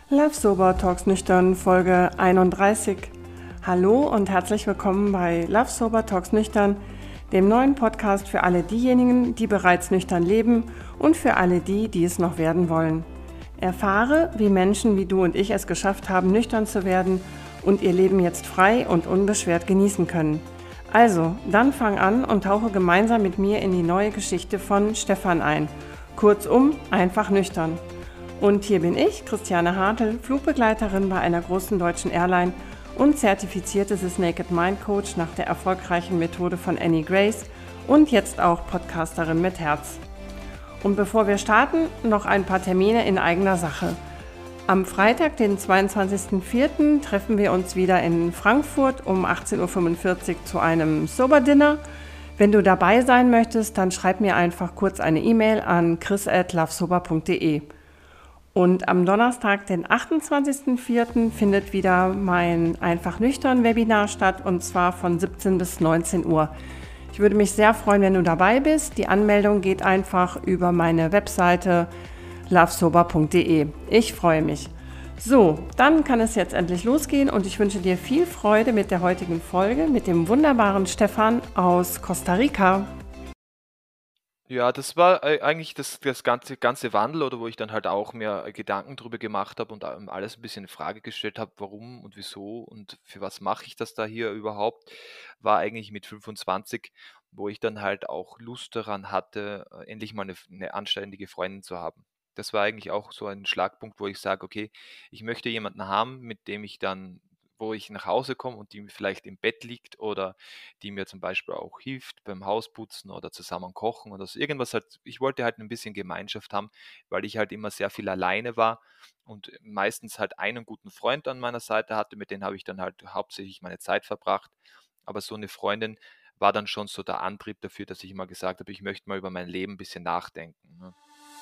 Love Sober Talks Nüchtern Folge 31. Hallo und herzlich willkommen bei Love Sober Talks Nüchtern, dem neuen Podcast für alle diejenigen, die bereits nüchtern leben und für alle die, die es noch werden wollen. Erfahre, wie Menschen wie du und ich es geschafft haben, nüchtern zu werden und ihr Leben jetzt frei und unbeschwert genießen können. Also, dann fang an und tauche gemeinsam mit mir in die neue Geschichte von Stefan ein. Kurzum, einfach nüchtern. Und hier bin ich, Christiane Hartl, Flugbegleiterin bei einer großen deutschen Airline und zertifizierte This Naked Mind Coach nach der erfolgreichen Methode von Annie Grace und jetzt auch Podcasterin mit Herz. Und bevor wir starten, noch ein paar Termine in eigener Sache. Am Freitag, den 22.04., treffen wir uns wieder in Frankfurt um 18.45 Uhr zu einem Sober Dinner. Wenn du dabei sein möchtest, dann schreib mir einfach kurz eine E-Mail an chris@lovesober.de. Und am Donnerstag, den 28.04., findet wieder mein Einfach Nüchtern Webinar statt, und zwar von 17 bis 19 Uhr. Ich würde mich sehr freuen, wenn du dabei bist. Die Anmeldung geht einfach über meine Webseite lovesober.de. Ich freue mich. So, dann kann es jetzt endlich losgehen und ich wünsche dir viel Freude mit der heutigen Folge mit dem wunderbaren Stefan aus Costa Rica. Ja, das war eigentlich das ganze Wandel, oder wo ich dann halt auch mir Gedanken drüber gemacht habe und alles ein bisschen in Frage gestellt habe, warum und wieso und für was mache ich das da hier überhaupt, war eigentlich mit 25, wo ich dann halt auch Lust daran hatte, endlich mal eine anständige Freundin zu haben. Das war eigentlich auch so ein Schlagpunkt, wo ich sage, okay, ich möchte jemanden haben, mit dem ich dann, wo ich nach Hause komme und die vielleicht im Bett liegt oder die mir zum Beispiel auch hilft beim Hausputzen oder zusammen kochen oder so irgendwas halt. Ich wollte halt ein bisschen Gemeinschaft haben, weil ich halt immer sehr viel alleine war und meistens halt einen guten Freund an meiner Seite hatte, mit dem habe ich dann halt hauptsächlich meine Zeit verbracht. Aber so eine Freundin war dann schon so der Antrieb dafür, dass ich immer gesagt habe, ich möchte mal über mein Leben ein bisschen nachdenken, ne?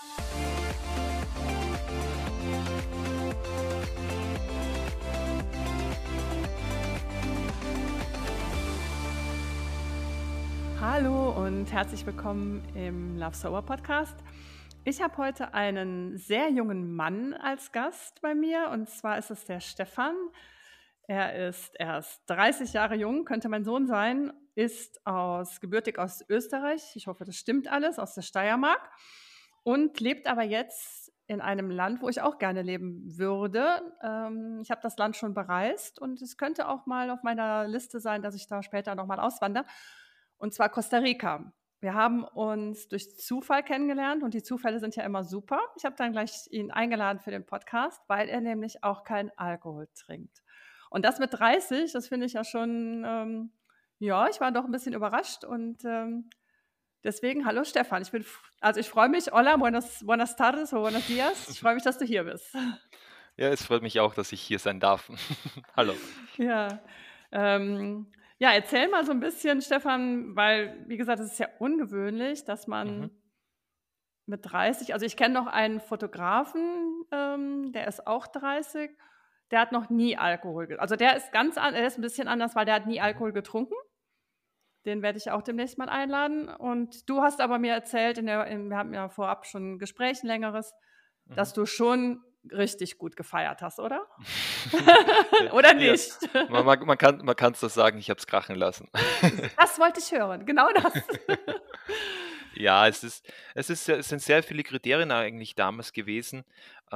Hallo und herzlich willkommen im Love Sober Podcast. Ich habe heute einen sehr jungen Mann als Gast bei mir, und zwar ist es der Stefan. Er ist erst 30 Jahre jung, könnte mein Sohn sein, ist gebürtig aus Österreich, ich hoffe, das stimmt alles, aus der Steiermark, und lebt aber jetzt in einem Land, wo ich auch gerne leben würde. Ich habe das Land schon bereist und es könnte auch mal auf meiner Liste sein, dass ich da später nochmal auswandere, und zwar Costa Rica. Wir haben uns durch Zufall kennengelernt und die Zufälle sind ja immer super. Ich habe dann gleich ihn eingeladen für den Podcast, weil er nämlich auch keinen Alkohol trinkt. Und das mit 30, das finde ich ja schon, ja, ich war doch ein bisschen überrascht und deswegen, hallo Stefan, ich freue mich, hola, buenas tardes o buenos dias, ich freue mich, dass du hier bist. Ja, es freut mich auch, dass ich hier sein darf. Hallo. Ja, ähm, ja, erzähl mal so ein bisschen, Stefan, weil, wie gesagt, es ist ja ungewöhnlich, dass Mhm. man mit 30, also ich kenne noch einen Fotografen, der ist auch 30, der hat noch nie also der ist er ist ein bisschen anders, weil der hat nie Mhm. Alkohol getrunken. Den werde ich auch demnächst mal einladen. Und du hast aber mir erzählt, wir hatten ja vorab schon ein Gespräch, ein längeres, Mhm. dass du schon richtig gut gefeiert hast, oder? Oder Ja, nicht? man kann so sagen, ich habe es krachen lassen. Das wollte ich hören, genau das. Ja, es sind sehr viele Kriterien eigentlich damals gewesen.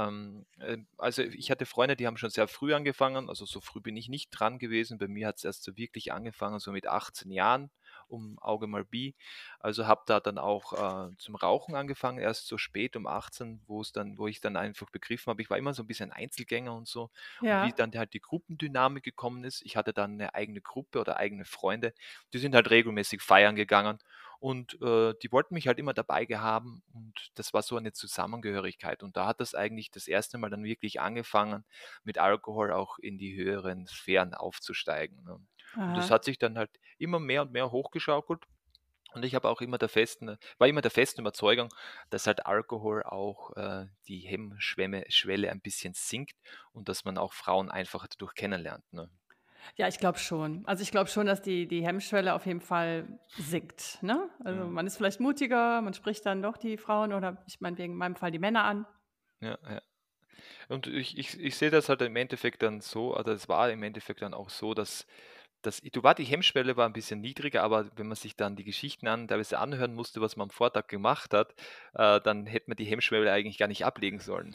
Also ich hatte Freunde, die haben schon sehr früh angefangen, also so früh bin ich nicht dran gewesen. Bei mir hat es erst so wirklich angefangen, so mit 18 Jahren, um Auge mal Bi. Also habe da dann auch zum Rauchen angefangen, erst so spät um 18, wo ich dann einfach begriffen habe, ich war immer so ein bisschen Einzelgänger und so. Und wie Ja. dann halt die Gruppendynamik gekommen ist, ich hatte dann eine eigene Gruppe oder eigene Freunde, die sind halt regelmäßig feiern gegangen. Und die wollten mich halt immer dabei haben und das war so eine Zusammengehörigkeit. Und da hat das eigentlich das erste Mal dann wirklich angefangen, mit Alkohol auch in die höheren Sphären aufzusteigen, ne? Und das Aha. hat sich dann halt immer mehr und mehr hochgeschaukelt. Und ich habe auch war immer der festen Überzeugung, dass halt Alkohol auch die Hemmschwelle ein bisschen sinkt und dass man auch Frauen einfacher dadurch kennenlernt, ne? Ja, ich glaube schon. Also, ich glaube schon, dass die Hemmschwelle auf jeden Fall sinkt, ne? Also, Mhm. man ist vielleicht mutiger, man spricht dann doch die Frauen oder ich meine wegen in meinem Fall die Männer an. Ja, ja. Und ich sehe das halt im Endeffekt dann so, also es war im Endeffekt dann auch so, die Hemmschwelle war ein bisschen niedriger, aber wenn man sich dann die Geschichten teilweise anhören musste, was man am Vortag gemacht hat, dann hätte man die Hemmschwelle eigentlich gar nicht ablegen sollen.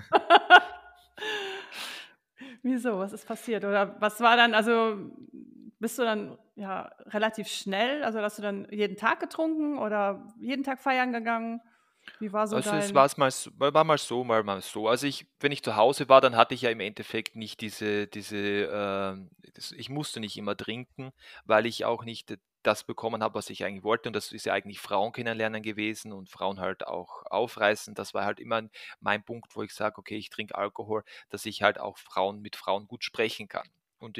Wieso? Was ist passiert? Oder was war dann, also bist du dann ja relativ schnell, also hast du dann jeden Tag getrunken oder jeden Tag feiern gegangen? Wie war so Also, dein. war mal so, mal so. Also, wenn ich zu Hause war, dann hatte ich ja im Endeffekt nicht ich musste nicht immer trinken, weil ich auch nicht das bekommen habe, was ich eigentlich wollte. Und das ist ja eigentlich Frauen kennenlernen gewesen und Frauen halt auch aufreißen. Das war halt immer mein Punkt, wo ich sage: „Okay, ich trinke Alkohol, dass ich halt auch mit Frauen gut sprechen kann.“ Und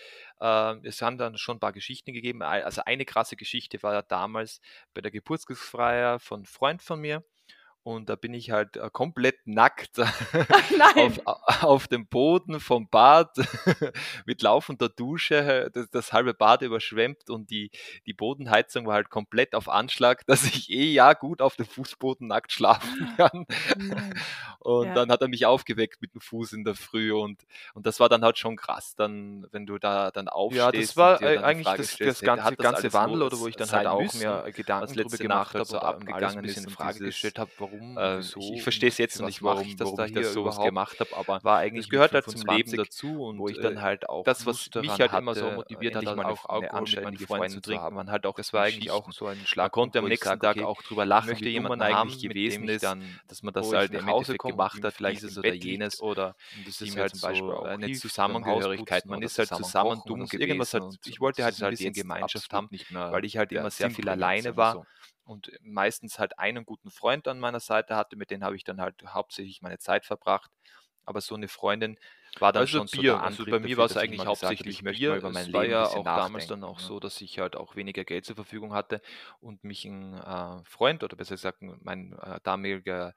es haben dann schon ein paar Geschichten gegeben. Also, eine krasse Geschichte war ja damals bei der Geburtstagsfeier von Freund von mir. Und da bin ich halt komplett nackt auf, Nein! auf dem Boden vom Bad mit laufender Dusche, das halbe Bad überschwemmt und die Bodenheizung war halt komplett auf Anschlag, dass ich ja gut auf dem Fußboden nackt schlafen kann. Oh nein. Und Ja. dann hat er mich aufgeweckt mit dem Fuß in der Früh und das war dann halt schon krass, dann, wenn du da dann Ja, das aufstehst und war dir dann die eigentlich Frage das, stellst, das hätte, ganze, hat das ganze alles Wandel, nur oder wo ich dann halt sein auch müssen, mir was Gedanken drüber letzte Nacht gemacht halt habe so und alles ein abgegangen bisschen ist in und Frage dieses, gestellt habe, warum und ich wieso verstehe es und jetzt für noch was nicht, mache ich das warum da ich das hier sowas überhaupt, gemacht habe, aber war das eigentlich mit gehört halt zum Leben 25, dazu wo und ich dann halt auch das, was Lust mich daran halt immer so hatte, motiviert hat, endlich halt mal auch eine eine anständige anständige Freunde Freundin zu zu trinken, haben. waren halt auch Das die war eigentlich auch Geschichten. so ein Man Schlagpunkt, konnte wo am ich nächsten sage, Tag okay, auch drüber ich lachen, möchte wie dumm man jemanden haben, eigentlich mit dem gewesen ich ist, dann, dass man wo das ich halt nach im Hause Endeffekt komme und gemacht ihm hat, vielleicht dieses im oder Bett liegt jenes oder und das ist ihm halt halt zum Beispiel so auch eine hilft beim Zusammengehörigkeit. Hausputzen Man oder ist halt zusammen zusammen kochen oder dumm so irgendwas gewesen. halt Und ich wollte das halt ist ein halt bisschen jetzt Gemeinschaft absolut haben, nicht mehr weil ich halt immer der sehr viel Sinnbringend, alleine sagen wir war so. und meistens halt einen guten Freund an meiner Seite hatte, mit denen habe ich dann halt hauptsächlich meine Zeit verbracht. Aber so eine Freundin war dann Also schon so der Bier. Also bei Antrieb mir war dafür, es dass ich eigentlich mal gesagt habe, hauptsächlich ich möchte mal Bier. über mein Es war Leben ein ja bisschen auch damals dann nachdenken. auch Ne? so, dass ich halt auch weniger Geld zur Verfügung hatte Und mich ein Freund oder besser gesagt mein damaliger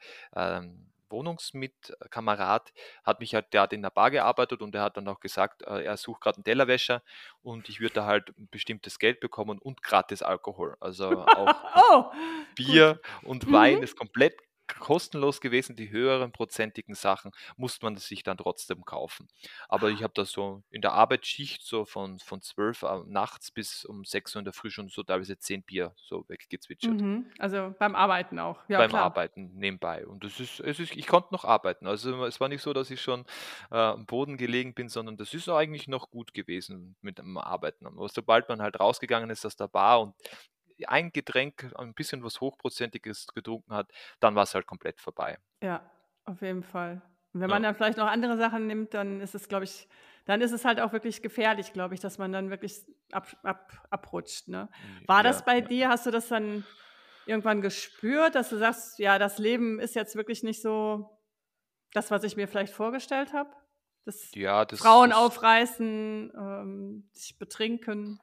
Wohnungsmitkamerad der hat in der Bar gearbeitet und er hat dann auch gesagt, er sucht gerade einen Tellerwäscher und ich würde da halt ein bestimmtes Geld bekommen und gratis Alkohol. Also auch Oh, gut. Bier und Mhm. Wein ist komplett kostenlos gewesen. Die höheren prozentigen Sachen musste man sich dann trotzdem kaufen. Aber ich habe das so in der Arbeitsschicht so von 12 nachts bis um 6 Uhr in der Früh schon so teilweise 10 Bier so weggezwitschert. Mhm. Also beim Arbeiten auch. Ja, Beim klar. Arbeiten nebenbei. Und ich konnte noch arbeiten. Also es war nicht so, dass ich schon am Boden gelegen bin, sondern das ist eigentlich noch gut gewesen mit dem Arbeiten. Aber sobald man halt rausgegangen ist aus der Bar und ein Getränk, ein bisschen was Hochprozentiges getrunken hat, dann war es halt komplett vorbei. Ja, auf jeden Fall. Und wenn man Ja, dann vielleicht noch andere Sachen nimmt, dann ist es, glaube ich, dann ist es halt auch wirklich gefährlich, glaube ich, dass man dann wirklich abrutscht, ne? War das ja, bei ja. dir, hast du das dann irgendwann gespürt, dass du sagst: „Ja, das Leben ist jetzt wirklich nicht so das, was ich mir vielleicht vorgestellt habe?“ Das Ja, Frauen aufreißen, sich betrinken.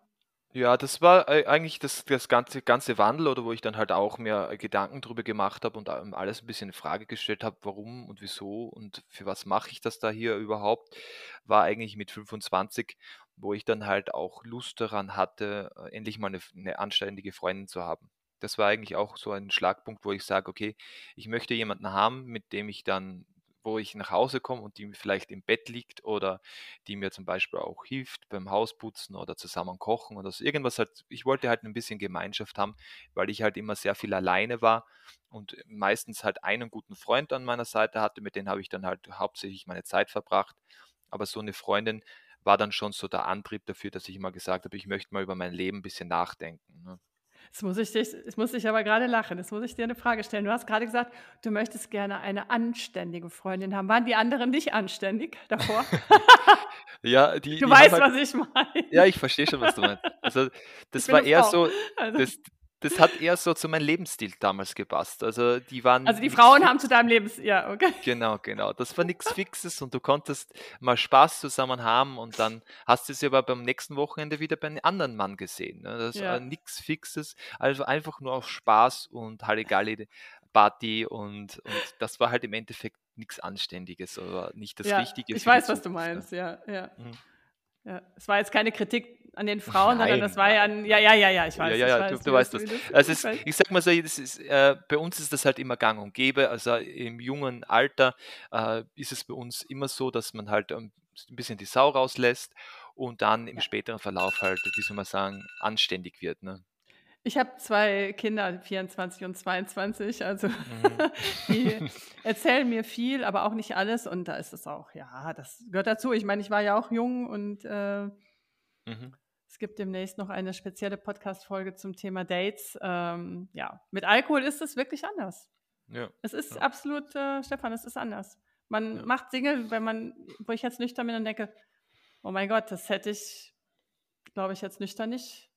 das war eigentlich das ganze Wandel oder wo ich dann halt auch mir Gedanken drüber gemacht habe und alles ein bisschen in Frage gestellt habe, warum und wieso und für was mache ich das da hier überhaupt, war eigentlich mit 25, wo ich dann halt auch Lust daran hatte, endlich mal eine anständige Freundin zu haben. Das war eigentlich auch so ein Schlagpunkt, wo ich sage: „Okay, ich möchte jemanden haben, mit dem ich dann wo ich nach Hause komme und die vielleicht im Bett liegt oder die mir zum Beispiel auch hilft beim Hausputzen oder zusammen kochen oder so irgendwas halt. Ich wollte halt ein bisschen Gemeinschaft haben, weil ich halt immer sehr viel alleine war und meistens halt einen guten Freund an meiner Seite hatte, mit dem habe ich dann halt hauptsächlich meine Zeit verbracht. Aber so eine Freundin war dann schon so der Antrieb dafür, dass ich mal gesagt habe, ich möchte mal über mein Leben ein bisschen nachdenken. Ne? Jetzt muss ich aber gerade lachen. Jetzt muss ich dir eine Frage stellen. Du hast gerade gesagt, du möchtest gerne eine anständige Freundin haben. Waren die anderen nicht anständig davor? Ja, Du die haben weißt, halt was ich ja, meine. ich verstehe schon, was du meinst. Also, Ich das bin war eine eher Frau. so Also das das hat eher so zu meinem Lebensstil damals gepasst. Also, die waren also die nix Frauen haben zu fix. deinem ja, okay. Genau, genau. Das war nix Fixes und du konntest mal Spaß zusammen haben und dann hast du sie aber beim nächsten Wochenende wieder bei 'nem anderen Mann gesehen, ne? Das war Ja, nix Fixes, also einfach nur auf Spaß und Halligalli Party und das war halt im Endeffekt nix Anständiges oder nicht das ja, Richtige ich für die weiß, was du Zukunft, ja. meinst. Ja, ja, Mhm. Es war jetzt keine Kritik an den Frauen, sondern das Nein, war ja nein, an nein. ich Ja, weiß, ja, ich ja, weiß, du weißt das. Also ich weiß. ich sag mal so, bei uns ist das halt immer gang und gäbe. Also im jungen Alter ist es bei uns immer so, dass man halt ein bisschen die Sau rauslässt und dann im Ja. späteren Verlauf halt, wie soll man sagen, anständig wird. Ne? Ich habe 2 Kinder, 24 und 22, also Mhm. die erzählen mir viel, aber auch nicht alles und da ist es auch ja, das gehört dazu. Ich meine, ich war ja auch jung und, Mhm. es gibt demnächst noch eine spezielle Podcast-Folge zum Thema Dates. Ja, mit Alkohol ist es wirklich anders. Ja, Es ist ja, absolut, Stefan, es ist anders. Man ja. macht Dinge, wo ich jetzt nüchtern bin und denke: „Oh mein Gott, das hätte ich, glaube ich, jetzt nüchtern nicht.“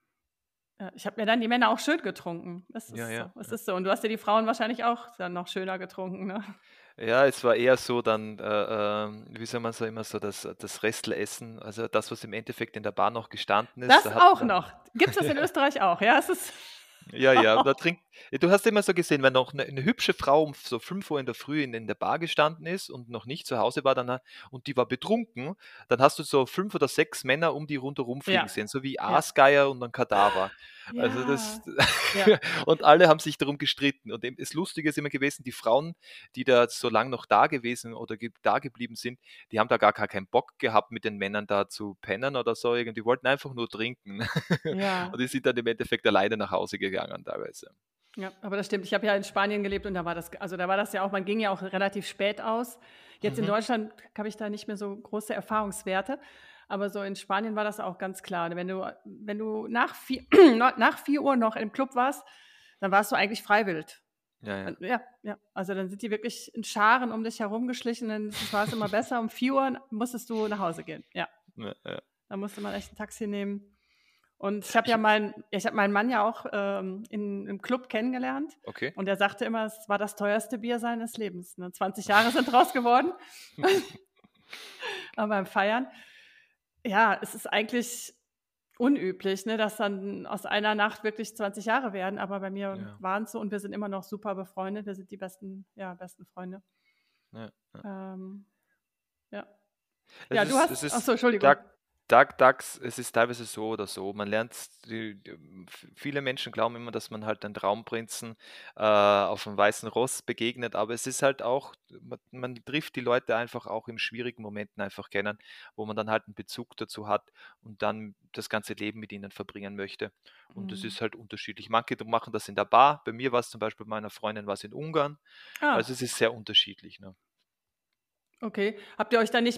Ich habe mir dann die Männer auch schön getrunken. Es Ja, ist ja, so, es ja. ist so. Und du hast dir die Frauen wahrscheinlich auch dann noch schöner getrunken, ne? Ja, es war eher so dann, wie soll man so immer so das Restlessen, also das, was im Endeffekt in der Bar noch gestanden ist, Das da hat man auch dann noch. Gibt's das in Österreich auch? Ja, es ist ja, ja, da trinkt du hast immer so gesehen, wenn noch 'ne hübsche Frau um so 5 Uhr in der Früh in der Bar gestanden ist und noch nicht zu Hause war, und die war betrunken, dann hast du so 5 oder 6 Männer um die rundherum fliegen ja, sehen, so wie ja, Aasgeier und 'n Kadaver. Also, das ja, ja. und alle haben sich darum gestritten. Und eben das Lustige ist immer gewesen, die Frauen, die da so lang noch da gewesen oder da geblieben sind, die haben da gar keinen Bock gehabt, mit den Männern da zu pennen oder so irgendwie. Die wollten einfach nur trinken. Und Ja, die sind dann im Endeffekt alleine nach Hause gegangen teilweise. ja, aber das stimmt. Ich habe ja in Spanien gelebt und da war das ja auch, man ging ja auch relativ spät aus. Jetzt in Mhm. Deutschland habe ich da nicht mehr so große Erfahrungswerte, aber so in Spanien war das auch ganz klar. Wenn du nach 4 nach 4 Uhr noch im Club warst, dann warst du eigentlich freiwillig. Ja, ja. Ja, ja. Also, dann sind die wirklich in Scharen um dich herumgeschlichen, dann war es immer besser. Um 4 Uhr musstest du nach Hause gehen. Ja, Ja, ja. da musste man echt 'n Taxi nehmen. Und Ich ich habe meinen Mann ja auch, im Club kennengelernt okay. und er sagte immer, es war das teuerste Bier seines Lebens, ne? 20 Jahre sind draus geworden, beim Feiern. Ja, es ist eigentlich unüblich, ne, dass dann aus einer Nacht wirklich 20 Jahre werden, aber bei mir Ja, waren's so und wir sind immer noch super befreundet. Wir sind die besten Freunde. ja, ja. Ähm, ja. Es Ja, du ist hast es ach ist so, Entschuldigung. Tag tags es ist teilweise so oder so. Man lernt viele Menschen glauben immer, dass man halt den Traumprinzen, auf 'm weißen Ross begegnet, aber es ist halt auch man trifft die Leute einfach auch in schwierigen Momenten einfach kennen, wo man dann halt 'n Bezug dazu hat und dann das ganze Leben mit ihnen verbringen möchte. Und das Mhm. ist halt unterschiedlich. Manche machen das in der Bar. Bei mir war's zum Beispiel bei meiner Freundin war's in Ungarn. Also, Ah. es ist sehr unterschiedlich, ne? Okay. Habt ihr euch dann nicht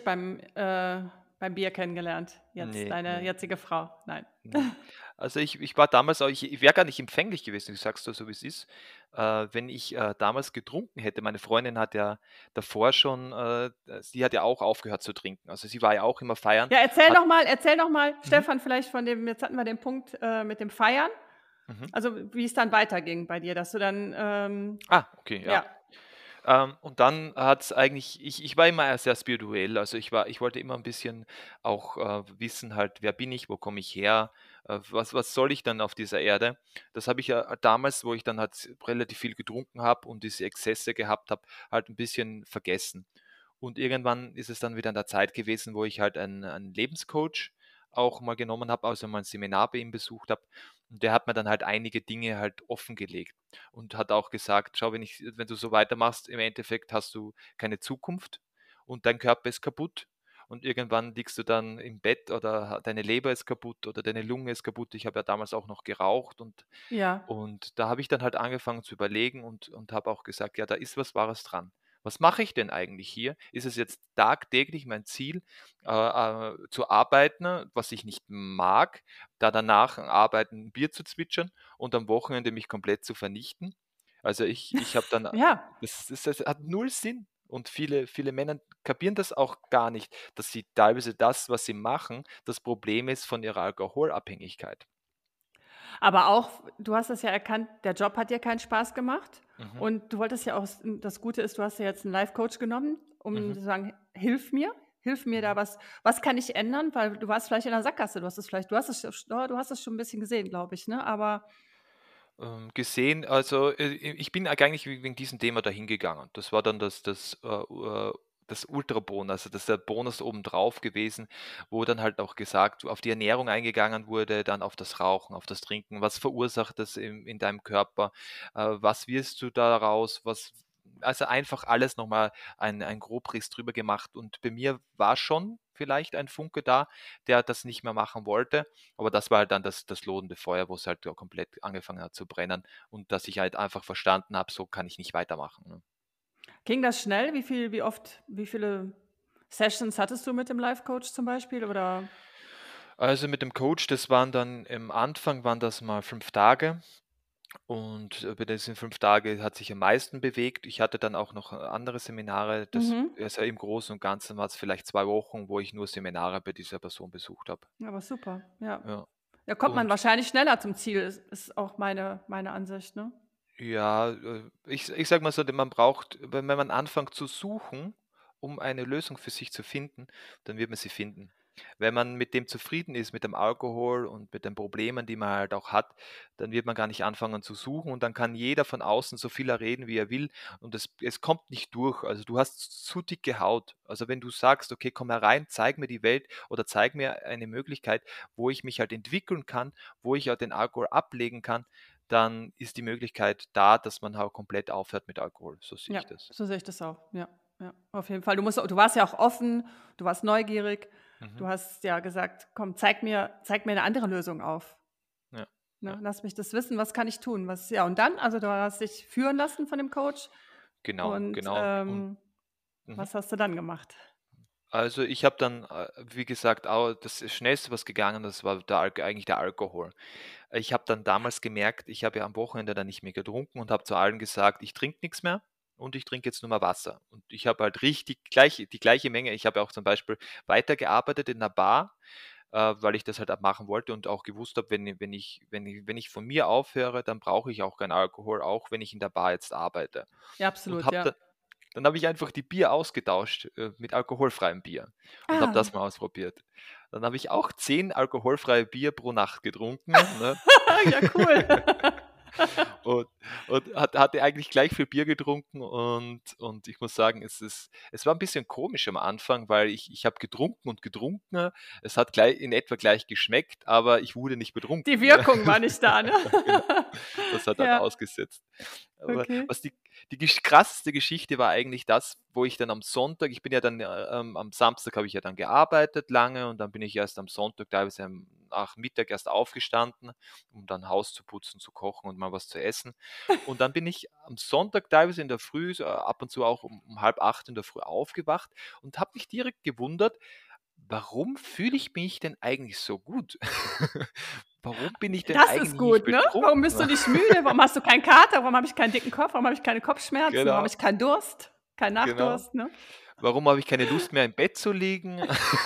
beim Bier kennengelernt, jetzt Ne, deine ne. jetzige Frau? Nein. Ne. Also, ich war damals auch ich wäre gar nicht empfänglich gewesen, ich sage es dir so, wie es ist. Wenn ich, damals getrunken hätte meine Freundin hat ja davor schon, sie hat ja auch aufgehört zu trinken. Also, sie war ja auch immer feiern, Ja, hat erzähl noch mal, mhm, Stefan, vielleicht von dem jetzt hatten wir den Punkt, mit dem Feiern, mhm. also, wie es dann weiterging bei dir, dass du dann, Ah, okay, ja. ja. Und dann hat's eigentlich ich war immer sehr spirituell. Also, ich wollte immer ein bisschen auch, wissen halt, wer bin ich, wo komme ich her, was soll ich dann auf dieser Erde? Das habe ich ja damals, wo ich dann halt relativ viel getrunken habe und diese Exzesse gehabt habe, halt ein bisschen vergessen. Und irgendwann ist es dann wieder an der Zeit gewesen, wo ich halt einen Lebenscoach auch mal genommen habe, also mal ein Seminar bei ihm besucht habe. Und der hat mir dann halt einige Dinge halt offengelegt und hat auch gesagt: „Schau, wenn du so weitermachst, im Endeffekt hast du keine Zukunft und dein Körper ist kaputt und irgendwann liegst du dann im Bett oder deine Leber ist kaputt oder deine Lunge ist kaputt.“ Ich habe ja damals auch noch geraucht Ja. und da habe ich dann halt angefangen zu überlegen und habe auch gesagt: „Ja, da ist was Wahres dran. Was mache ich denn eigentlich hier? Ist es jetzt tagtäglich mein Ziel, zu arbeiten, was ich nicht mag, da danach Arbeiten Bier zu zwitschern und am Wochenende mich komplett zu vernichten?“ Also, ich habe dann Ja. das hat null Sinn und viele Männer kapieren das auch gar nicht, dass sie teilweise das, was sie machen, das Problem ist von ihrer Alkoholabhängigkeit. Aber auch du hast das ja erkannt, der Job hat dir keinen Spaß gemacht Mhm, und du wolltest ja auch das Gute ist, du hast ja jetzt 'n Life-Coach genommen, um mhm, zu sagen: Hilf mir mhm. da was kann ich ändern?“ Weil du warst vielleicht in der Sackgasse. Du hast es schon 'n bisschen gesehen, glaube ich, ne? Aber Gesehen, also, ich bin eigentlich wegen diesem Thema dahin gegangen. Das war dann das Ultrabonus, also das ist der Bonus obendrauf gewesen, wo dann halt auch gesagt auf die Ernährung eingegangen wurde, dann auf das Rauchen, auf das Trinken. Was verursacht das in deinem Körper? Was wirst du daraus? Also einfach alles nochmal ein Grobriss drüber gemacht. Und bei mir war schon vielleicht ein Funke da, der das nicht mehr machen wollte. Aber das war halt dann das lodernde Feuer, wo es halt komplett angefangen hat zu brennen und dass ich halt einfach verstanden habe, so kann ich nicht weitermachen. Ne? Ging das schnell? Wie viele Sessions hattest du mit dem Life-Coach zum Beispiel? Oder? Also mit dem Coach, das waren dann im Anfang waren das mal 5 Tage und über diesen 5 Tage hat sich am meisten bewegt. Ich hatte dann auch noch andere Seminare. Mhm. Also im Großen und Ganzen war es vielleicht 2 Wochen, wo ich nur Seminare bei dieser Person besucht habe. Ja, aber super, ja. Ja. Ja, kommt man Und wahrscheinlich schneller zum Ziel, ist auch meine Ansicht, ne? ja, ich sage mal so, man braucht, wenn man anfängt zu suchen, um eine Lösung für sich zu finden, dann wird man sie finden. Wenn man mit dem zufrieden ist, mit dem Alkohol und mit den Problemen, die man halt auch hat, dann wird man gar nicht anfangen zu suchen und dann kann jeder von außen so viel reden, wie er will und es kommt nicht durch. Also du hast zu dicke Haut. Also wenn du sagst, okay, komm herein, zeig mir die Welt oder zeig mir eine Möglichkeit, wo ich mich halt entwickeln kann, wo ich auch den Alkohol ablegen kann, dann ist die Möglichkeit da, dass man halt komplett aufhört mit Alkohol. So sehe Ja, ich das. so sehe ich das auch. Ja, ja, auf jeden Fall. Du warst ja auch offen, du warst neugierig. Du Mhm. hast ja gesagt: „Komm, zeig mir eine andere Lösung auf, Ja, ja. ne? Lass mich das wissen, was kann ich tun?“ Und dann? Also, du hast dich führen lassen von dem Coach Genau, und, genau. Und mhm. was hast du dann gemacht? Also ich habe dann, wie gesagt, das Schnellste, was gegangen ist, war eigentlich der Alkohol. Ich habe dann damals gemerkt, ich habe ja am Wochenende dann nicht mehr getrunken und habe zu allen gesagt, ich trinke nichts mehr und ich trinke jetzt nur mal Wasser. Und ich habe halt richtig die gleiche Menge. Ich habe auch zum Beispiel weitergearbeitet in der Bar, weil ich das halt machen wollte und auch gewusst habe, wenn ich von mir aufhöre, dann brauche ich auch keinen Alkohol, auch wenn ich in der Bar jetzt arbeite. Ja, Und absolut, habe ja. dann habe ich einfach die Bier ausgetauscht, mit alkoholfreiem Bier und habe das Ah, mal ausprobiert. Dann habe ich auch 10 alkoholfreie Bier pro Nacht getrunken, ne? ja, cool. Und hatte eigentlich gleich viel Bier getrunken und ich muss sagen, es war ein bisschen komisch am Anfang, weil ich habe getrunken und getrunken. Es hat gleich in etwa gleich geschmeckt, aber ich wurde nicht Die betrunken, ne? Wirkung war nicht da, ne? Genau, das hat halt Ja, ausgesetzt. Aber okay. was die krasseste Geschichte war eigentlich das, wo ich dann am Sonntag ich bin ja dann, am Samstag habe ich ja dann gearbeitet lange und dann bin ich erst am Sonntag teilweise nach Mittag erst aufgestanden, um dann Haus zu putzen, zu kochen und mal was zu essen. Und dann bin ich am Sonntag teilweise in der Früh, so ab und zu auch um 7:30 in der Früh aufgewacht und habe mich direkt gewundert, warum fühle ich mich denn eigentlich so gut? Warum bin ich denn Das ist eigentlich nicht gut, ne? Warum bist du betrunken? nicht müde? Warum hast du keinen Kater? Warum habe ich keinen dicken Kopf? Warum habe ich keine Kopfschmerzen? Warum habe Genau, ich keinen Durst? Keinen genau. Nachdurst, ne? Warum habe ich keine Lust mehr im Bett zu liegen?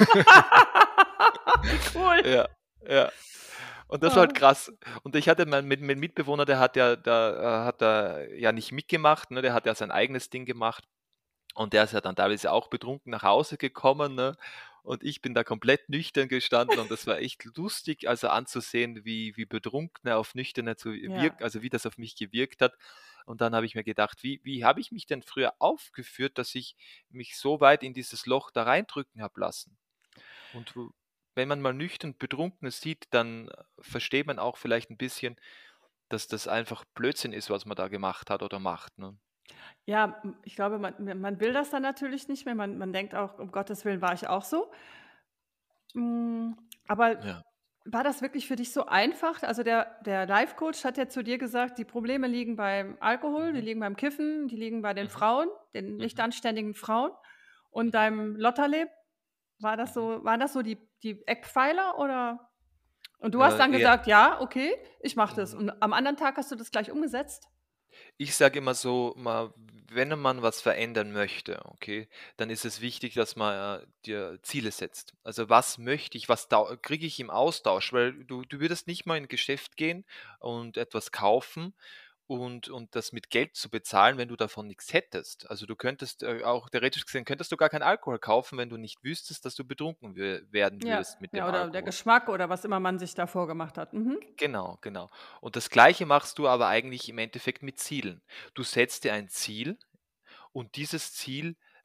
Wie cool. Ja, ja. Und das war halt Ah. krass. Und ich hatte mein Mitbewohner, der hat da ja nicht mitgemacht, ne? Der hat ja sein eigenes Ding gemacht. Und der ist ja dann teilweise auch betrunken nach Hause gekommen, ne? Und ich bin da komplett nüchtern gestanden und das war echt lustig, also anzusehen, wie betrunken er auf Nüchterne Ja. also wie das auf mich gewirkt hat. Und dann habe ich mir gedacht, wie habe ich mich denn früher aufgeführt, dass ich mich so weit in dieses Loch da reindrücken habe lassen? Und wenn man mal nüchtern Betrunkene sieht, dann versteht man auch vielleicht ein bisschen, dass das einfach Blödsinn ist, was man da gemacht hat oder macht, ne? Ja, ich glaube, man will das dann natürlich nicht mehr. Man denkt auch: „Um Gottes Willen, war ich auch so?“ Aber Ja. war das wirklich für dich so einfach? Also, der Life-Coach hat ja zu dir gesagt, die Probleme liegen beim Alkohol, die Mhm. liegen beim Kiffen, die liegen bei den Mhm. Frauen, den nicht Mhm. anständigen Frauen und Mhm. deinem Lotterleb. Mhm. Waren das so die Eckpfeiler oder und du hast dann Ja, gesagt: „Ja, okay, ich mache das.“ mhm. Und am anderen Tag hast du das gleich umgesetzt? Ich sage immer so, wenn man was verändern möchte, okay, dann ist es wichtig, dass man dir Ziele setzt. Also was möchte ich, was kriege ich im Austausch? Weil du würdest nicht mal in ein Geschäft gehen und etwas kaufen und das mit Geld zu bezahlen, wenn du davon nichts hättest. Also du könntest auch theoretisch gesehen, könntest du gar keinen Alkohol kaufen, wenn du nicht wüsstest, dass du betrunken werden Ja, würdest mit dem ja, oder der Alkohol. Geschmack oder was immer man sich da vorgemacht hat. Mhm. Genau, genau. Und das Gleiche machst du aber eigentlich im Endeffekt mit Zielen. Du setzt dir ein Ziel und dieses Ziel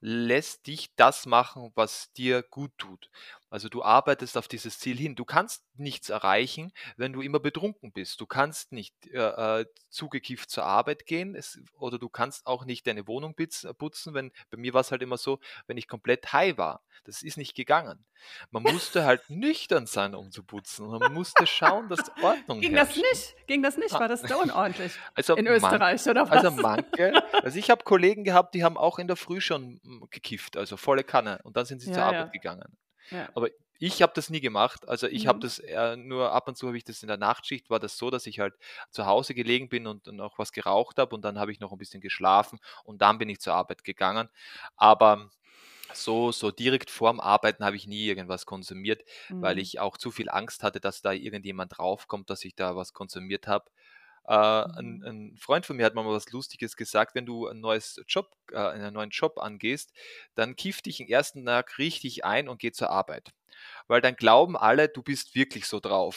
lässt dich das machen, was dir gut tut. Also du arbeitest auf dieses Ziel hin. Du kannst nichts erreichen, wenn du immer betrunken bist. Du kannst nicht zugekifft zur Arbeit gehen oder du kannst auch nicht deine Wohnung putzen. Bei mir war es halt immer so, wenn ich komplett high war. Das ist nicht gegangen. Man musste halt nüchtern sein, um zu putzen. Und man musste schauen, dass Ordnung Ging das herrscht. Ne? nicht? Ging das nicht? Ah, War das so unordentlich Also, in Österreich oder also was? manche, also ich habe Kollegen gehabt, die haben auch in der Früh schon gekifft, also volle Kanne. Und dann sind sie zur Ja, Arbeit ja, gegangen. ja. Aber ich habe das nie gemacht. Also ich habe Mhm. das nur ab und zu habe ich das in der Nachtschicht, war das so, dass ich halt zu Hause gelegen bin und dann auch was geraucht habe und dann habe ich noch ein bisschen geschlafen und dann bin ich zur Arbeit gegangen. Aber so direkt vorm Arbeiten habe ich nie irgendwas konsumiert, weil Mhm. ich auch zu viel Angst hatte, dass da irgendjemand draufkommt, dass ich da was konsumiert habe. Mhm. Ein Freund von mir hat mal was Lustiges gesagt, wenn du einen neuen Job angehst, dann kiff dich den ersten Tag richtig ein und geh zur Arbeit. Weil dann glauben alle, du bist wirklich so drauf.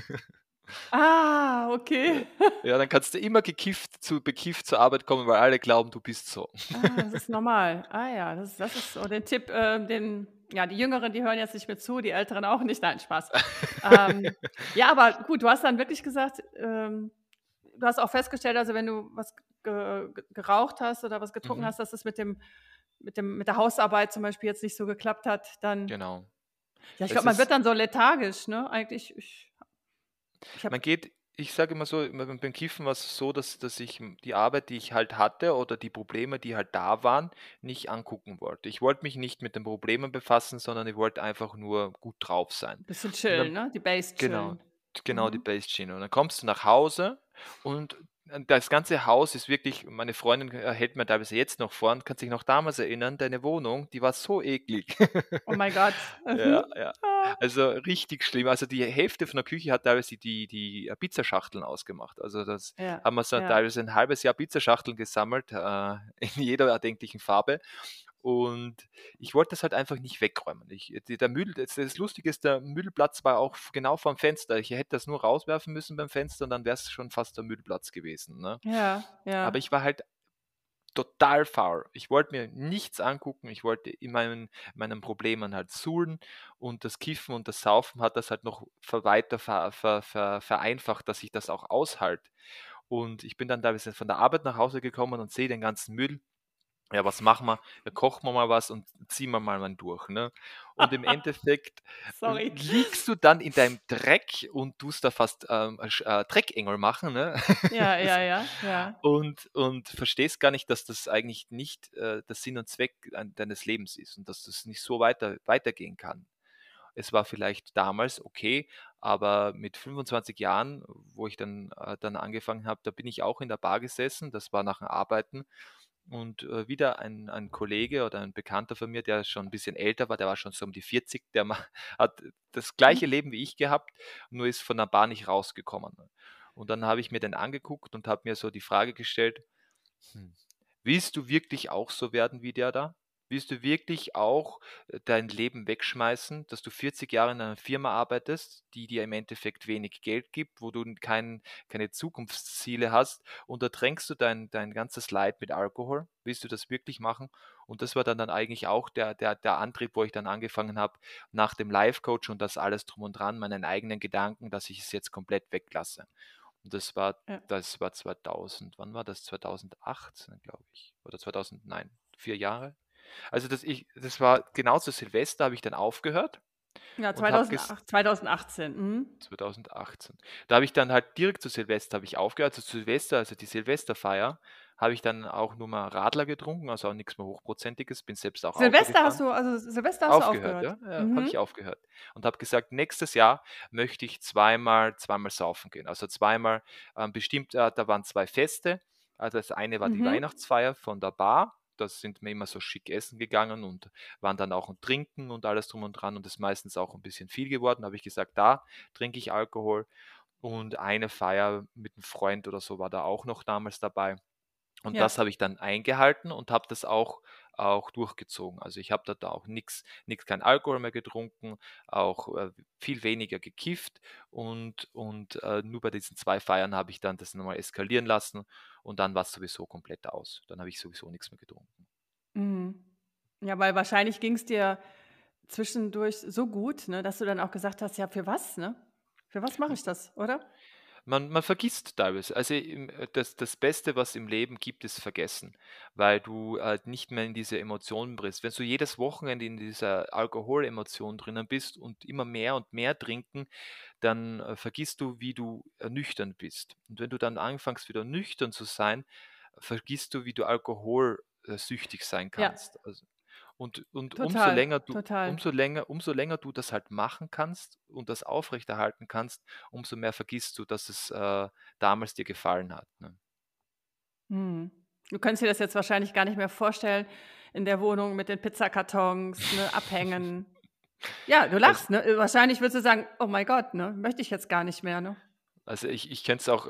Ah, Ja, okay. ja, dann kannst du immer bekifft zur Arbeit kommen, weil alle glauben, du bist so. Ah, das ist normal. Ah ja, das ist so den Tipp, den ja, die Jüngeren, die hören jetzt nicht mehr zu, die Älteren auch nicht. Nein, Spaß. Ja, aber gut, du hast dann wirklich gesagt, du hast auch festgestellt, also, wenn du was geraucht hast oder was getrunken Mhm, hast, dass es mit der Hausarbeit zum Beispiel jetzt nicht so geklappt hat, dann genau. ja, ich Es glaube, man wird ist dann so lethargisch, ne? Eigentlich ich habe Man geht Ich sage immer so, beim Kiffen war es so, dass ich die Arbeit, die ich halt hatte oder die Probleme, die halt da waren, nicht angucken wollte. Ich wollte mich nicht mit den Problemen befassen, sondern ich wollte einfach nur gut drauf sein. 'n bisschen Und chillen, dann ne? Die Base Genau, chillen. genau, die Mhm. Base-Schiene. Und dann kommst du nach Hause und das ganze Haus ist wirklich, meine Freundin hält mir teilweise jetzt noch vor und kann sich noch damals erinnern, deine Wohnung, die war so eklig. Oh mein Gott. Ja, Mhm. ja. Ah. Also richtig schlimm. Also die Hälfte von der Küche hat teilweise die Pizzaschachteln ausgemacht. Also das Ja, haben wir so ja. teilweise ein halbes Jahr Pizzaschachteln gesammelt, in jeder erdenklichen Farbe. Und ich wollte das halt einfach nicht wegräumen. Das Lustige ist, der Müllplatz war auch genau vorm Fenster. Ich hätte das nur rauswerfen müssen beim Fenster und dann wäre es schon fast der Müllplatz gewesen, ne? Ja, Aber ja. ich war halt total faul. Ich wollte mir nichts angucken. Ich wollte in meinen Problemen halt suhlen und das Kiffen und das Saufen hat das halt noch weiter vereinfacht, dass ich das auch aushalte. Und ich bin dann teilweise von der Arbeit nach Hause gekommen und sehe den ganzen Müll. Ja, was machen wir? Ja, kochen wir mal was und ziehen wir mal durch, ne? Und im Endeffekt Sorry. liegst du dann in deinem Dreck und tust da fast, Dreckengel machen, ne? Ja, Das ja, ja, ja. und verstehst gar nicht, dass das eigentlich nicht, der Sinn und Zweck deines Lebens ist und dass das nicht so weitergehen kann. Es war vielleicht damals okay, aber mit 25 Jahren, wo ich dann angefangen habe, da bin ich auch in der Bar gesessen, das war nach dem Arbeiten und, wieder ein Kollege oder ein Bekannter von mir, der schon ein bisschen älter war, der war schon so um die 40, hat das Mhm. gleiche Leben wie ich gehabt, nur ist von der Bar nicht rausgekommen. Und dann habe ich mir den angeguckt und habe mir so die Frage gestellt: hm. Willst du wirklich auch so werden wie der da? Willst du wirklich auch, dein Leben wegschmeißen, dass du 40 Jahre in einer Firma arbeitest, die dir im Endeffekt wenig Geld gibt, wo du keine Zukunftsziele hast und da tränkst du dein ganzes Leid mit Alkohol? Willst du das wirklich machen? Und das war dann eigentlich auch der Antrieb, wo ich dann angefangen habe, nach dem Life-Coach und das alles drum und dran, meinen eigenen Gedanken, dass ich es jetzt komplett weglasse. Und Ja. das war 2000, wann war das? 2018, glaube ich. Oder 2000, nein, 4 Jahre. Also das war genau zu Silvester habe ich dann aufgehört Ja, und habe ges 2018. Mhm. 2018. Da habe ich dann halt direkt zu Silvester habe ich aufgehört. Zu Silvester, also die Silvesterfeier, habe ich dann auch nur mal Radler getrunken, also auch nichts mehr Hochprozentiges, bin selbst auch Auto gefahren. Silvester hast du Aufgehört, aufgehört? ja, ja, habe Mhm. ich aufgehört und habe gesagt, nächstes Jahr möchte ich zweimal saufen gehen. Also zweimal, bestimmt, da waren 2 Feste. Also das eine war die Mhm. Weihnachtsfeier von der Bar. Da sind wir immer so schick essen gegangen und waren dann auch und trinken und alles drum und dran und ist meistens auch ein bisschen viel geworden. Da habe ich gesagt, da trinke ich Alkohol und eine Feier mit einem Freund oder so war da auch noch damals dabei. Und Ja. das habe ich dann eingehalten und habe das auch durchgezogen. Also, ich habe da auch kein Alkohol mehr getrunken, auch, viel weniger gekifft und nur bei diesen 2 Feiern habe ich dann das noch mal eskalieren lassen und dann war's sowieso komplett aus. Dann habe ich sowieso nichts mehr getrunken. Mhm. Ja, weil wahrscheinlich ging es dir zwischendurch so gut, ne, dass du dann auch gesagt hast: „Ja, für was, ne? Für was mache ich das?“ Oder? Man vergisst teilweise. Also, das Beste, was im Leben gibt, ist Vergessen, weil du, nicht mehr in diese Emotionen bist. Wenn du jedes Wochenende in dieser Alkoholemotion drinnen bist und immer mehr und mehr trinken, dann, vergisst du, wie du, nüchtern bist. Und wenn du dann anfängst, wieder nüchtern zu sein, vergisst du, wie du süchtig sein Ja, kannst. Und umso total, länger du total. umso länger du das halt machen kannst und das aufrechterhalten kannst, umso mehr vergisst du, dass es, damals dir gefallen hat, ne? Mhm. Du kannst dir das jetzt wahrscheinlich gar nicht mehr vorstellen in der Wohnung mit den Pizzakartons, ne, abhängen. Ja, du Also lachst, ne? Wahrscheinlich würdest du sagen: „Oh mein Gott, ne, möchte ich jetzt gar nicht mehr“, ne? Also, ich kenne es auch,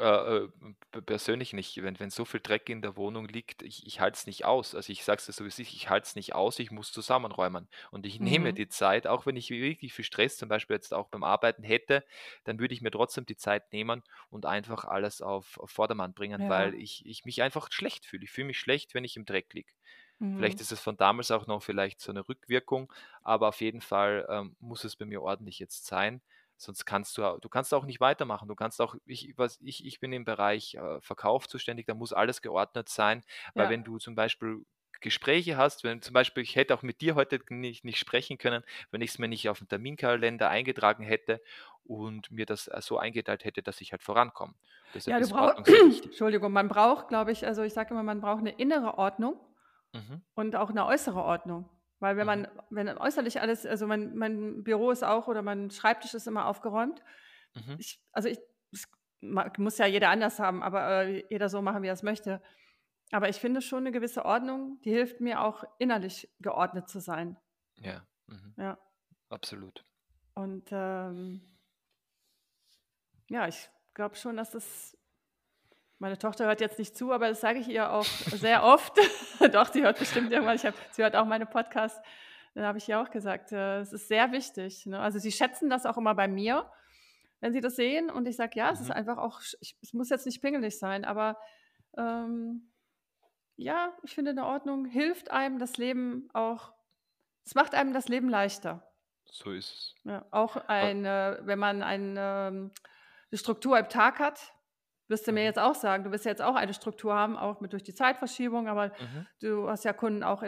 p persönlich nicht, wenn so viel Dreck in der Wohnung liegt, ich halte es nicht aus. Also, ich sage es dir so, wie es ist, ich halte es nicht aus, ich muss zusammenräumen. Und ich nehme Mhm. die Zeit, auch wenn ich wirklich viel Stress zum Beispiel jetzt auch beim Arbeiten hätte, dann würde ich mir trotzdem die Zeit nehmen und einfach alles auf Vordermann bringen, weil Ja. ich mich einfach schlecht fühle. Ich fühle mich schlecht, wenn ich im Dreck liege. Vielleicht Mhm. ist es von damals auch noch vielleicht so 'ne Rückwirkung, aber auf jeden Fall, muss es bei mir ordentlich jetzt sein, sonst kannst du auch nicht weitermachen. Du kannst auch ich bin im Bereich, Verkauf zuständig, da muss alles geordnet sein, weil Ja. wenn du zum Beispiel Gespräche hast, wenn zum Beispiel ich hätte auch mit dir heute nicht sprechen können, wenn ich's mir nicht auf 'n Terminkalender eingetragen hätte und mir das, so eingeteilt hätte, dass ich halt vorankomme. Deshalb Ja, du ist brau Ordnung sehr wichtig. Entschuldigung, man braucht, glaube ich, also, ich sage immer, man braucht 'ne innere Ordnung Mhm, und auch 'ne äußere Ordnung. Weil mhm, wenn äußerlich alles, also, mein Büro ist auch, oder mein Schreibtisch ist immer aufgeräumt. mhm, Ich es muss ja jeder anders haben, aber, jeder so machen, wie er's möchte. Aber ich finde schon 'ne gewisse Ordnung, die hilft mir auch innerlich geordnet zu sein. ja, mhm, Ja. absolut. Und, ja, ich glaube schon, dass das, meine Tochter hört jetzt nicht zu, aber das sage ich ihr auch sehr oft. Doch, sie hört bestimmt irgendwann, sie hört auch meine Podcasts. Dann habe ich ihr auch gesagt, es ist sehr wichtig, ne? Also, sie schätzen das auch immer bei mir, wenn sie das sehen, und ich sage: „Ja, es ist Mhm. einfach auch es muss jetzt nicht pingelig sein, aber, ähm, ja, ich finde, 'ne Ordnung hilft einem, das Leben auch, es macht einem das Leben leichter.“ So ist es. Ja, auch Äh, wenn man 'ne Struktur im Tag hat, wirst du mir mhm, jetzt auch sagen, du wirst ja jetzt auch eine Struktur haben, auch mit durch die Zeitverschiebung, aber mhm, du hast ja Kunden auch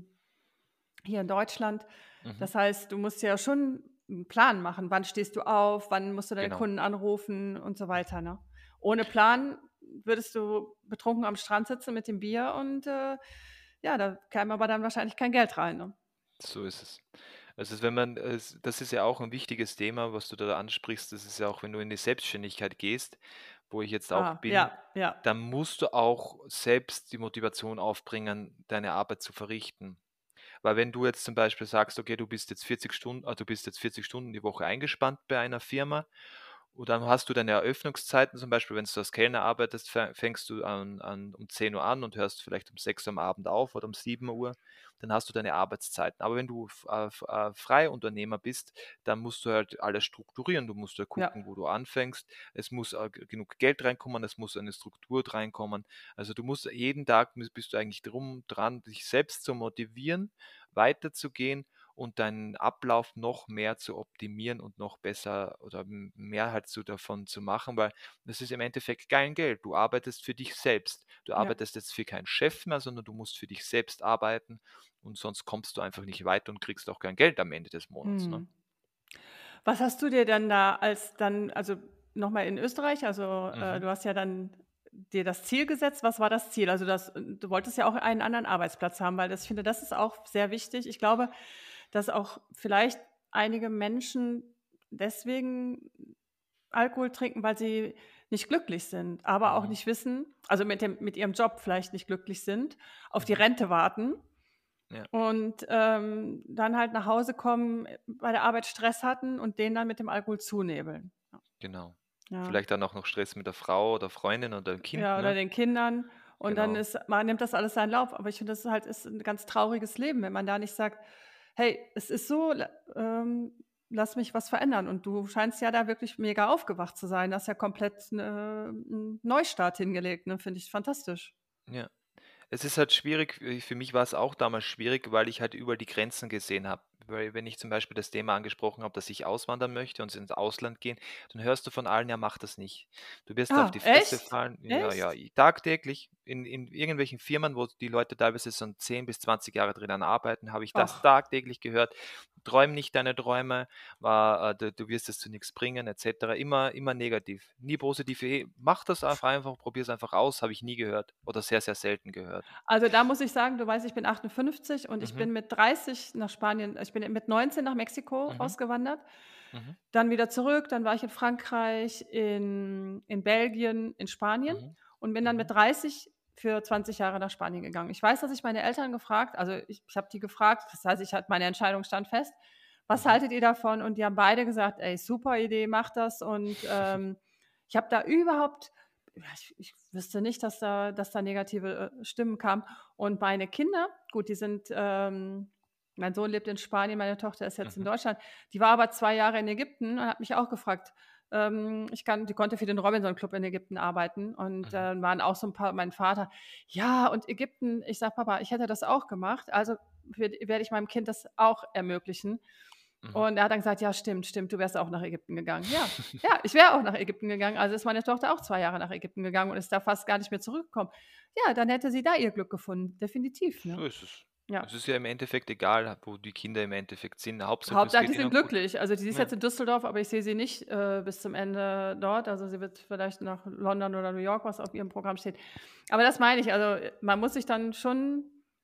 hier in Deutschland. mhm, Das heißt, du musst ja schon 'n Plan machen. Wann stehst du auf? Wann musst du deine genau. Kunden anrufen und so Mhm. weiter, ne? Ohne Plan würdest du betrunken am Strand sitzen mit dem Bier und, ja, da käme aber dann wahrscheinlich kein Geld rein, ne? So ist es. Also, wenn man das ist ja auch ein wichtiges Thema, was du da ansprichst. Das ist ja auch, wenn du in die Selbstständigkeit gehst, wo ich jetzt auch Ah, bin, ja, ja, dann musst du auch selbst die Motivation aufbringen, deine Arbeit zu verrichten. Weil wenn du jetzt zum Beispiel sagst: „Okay, du bist jetzt 40 Stunden die Woche eingespannt bei einer Firma“, und dann hast du deine Eröffnungszeiten, zum Beispiel, wenn du als Kellner arbeitest, fängst du an um 10 Uhr an und hörst vielleicht um 6 Uhr am Abend auf oder um 7 Uhr, dann hast du deine Arbeitszeiten. Aber wenn du Freiunternehmer bist, dann musst du halt alles strukturieren. Du musst ja ja, gucken, wo du anfängst. Es muss, genug Geld reinkommen, es muss eine Struktur reinkommen. Also, du musst jeden Tag bist du eigentlich dran, dich selbst zu motivieren, weiterzugehen und deinen Ablauf noch mehr zu optimieren und noch besser oder mehr halt davon zu machen, weil das ist im Endeffekt kein Geld. Du arbeitest für dich selbst. Du ja. arbeitest jetzt für keinen Chef mehr, sondern du musst für dich selbst arbeiten und sonst kommst du einfach nicht weiter und kriegst auch kein Geld am Ende des Monats, ne? Mhm. Was hast du dir dann da als dann, also, noch mal in Österreich, also, Mhm, du hast ja dann dir das Ziel gesetzt. Was war das Ziel? Also, du wolltest ja auch einen anderen Arbeitsplatz haben, weil ich finde, das ist auch sehr wichtig. Ich glaube, dass auch vielleicht einige Menschen deswegen Alkohol trinken, weil sie nicht glücklich sind, aber auch mhm, nicht wissen, also, mit ihrem Job vielleicht nicht glücklich sind, auf die mhm. Rente warten Ja, und, dann halt nach Hause kommen, bei der Arbeit Stress hatten und den dann mit dem Alkohol zunebeln. genau. Ja. Vielleicht dann auch noch Stress mit der Frau oder Freundin oder dem Kind, Ja, oder ne? den Kindern, und dann Genau. nimmt das alles seinen Lauf. Aber ich finde, das ist 'n ganz trauriges Leben, wenn man da nicht sagt: „Hey, es ist so, lass mich was verändern.“ Und du scheinst ja da wirklich mega aufgewacht zu sein. Hast ja komplett 'n Neustart hingelegt, ne? Finde ich fantastisch. Ja. Es ist halt schwierig, für mich war es auch damals schwierig, weil ich halt überall die Grenzen gesehen habe. Weil wenn ich zum Beispiel das Thema angesprochen habe, dass ich auswandern möchte und ins Ausland gehen, dann hörst du von allen: „Ja, mach das nicht. Du wirst da auf Ah, die Fresse echt? fallen." Ja, ja, Echt? tagtäglich in irgendwelchen Firmen, wo die Leute teilweise so 10 bis 20 Jahre drinnen arbeiten, habe ich das Ach, tagtäglich gehört. „Träum nicht deine Träume, du wirst es zu nichts bringen" et cetera. Immer negativ, nie positiv. Mach das einfach, probier es einfach aus, habe ich nie gehört oder sehr, sehr selten gehört. also, da muss ich sagen, du weißt, ich bin 58 und ich Mhm, bin mit 30 nach Spanien ich bin mit 19 nach Mexiko mhm, ausgewandert, mhm, dann wieder zurück, dann war ich in Frankreich, in Belgien, in Spanien mhm, und bin dann mit mhm, 30 für 20 Jahre nach Spanien gegangen. Ich weiß, dass ich meine Eltern gefragt also, ich habe die gefragt, das heißt, ich hatte meine Entscheidung stand fest: „Was mhm, haltet ihr davon?“ Und die haben beide gesagt: „Ey, super Idee, mach das.“ Und, ich habe da überhaupt ja, ich wüsste nicht, dass da negative, Stimmen kamen. Und meine Kinder, gut, die sind mein Sohn lebt in Spanien, meine Tochter ist jetzt in mhm, Deutschland. Die war aber 2 Jahre in Ägypten und hat mich auch gefragt, die konnte für den Robinson Club in Ägypten arbeiten und, mhm, waren auch so ein paar mein Vater: „Ja, und Ägypten“ ich sage: „Papa, ich hätte das auch gemacht, also werde ich meinem Kind das auch ermöglichen.“ mhm. Und er hat dann gesagt: „Ja, stimmt, stimmt, du wärst auch nach Ägypten gegangen.“ Ja, ja, ich wäre auch nach Ägypten gegangen. Also ist meine Tochter auch 2 Jahre nach Ägypten gegangen und ist da fast gar nicht mehr zurückgekommen. Ja, dann hätte sie da ihr Glück gefunden, definitiv, ne? So ist es. Ja. Es ist ja im Endeffekt egal, wo die Kinder im Endeffekt sind. Hauptsache, es Hauptsache, die geht sind ihnen gut. glücklich. Also, die ist Ja, jetzt in Düsseldorf, aber ich sehe sie nicht, bis zum Ende dort. Also, sie wird vielleicht nach London oder New York, was auf ihrem Programm steht. Aber das meine ich, also, man muss sich dann schon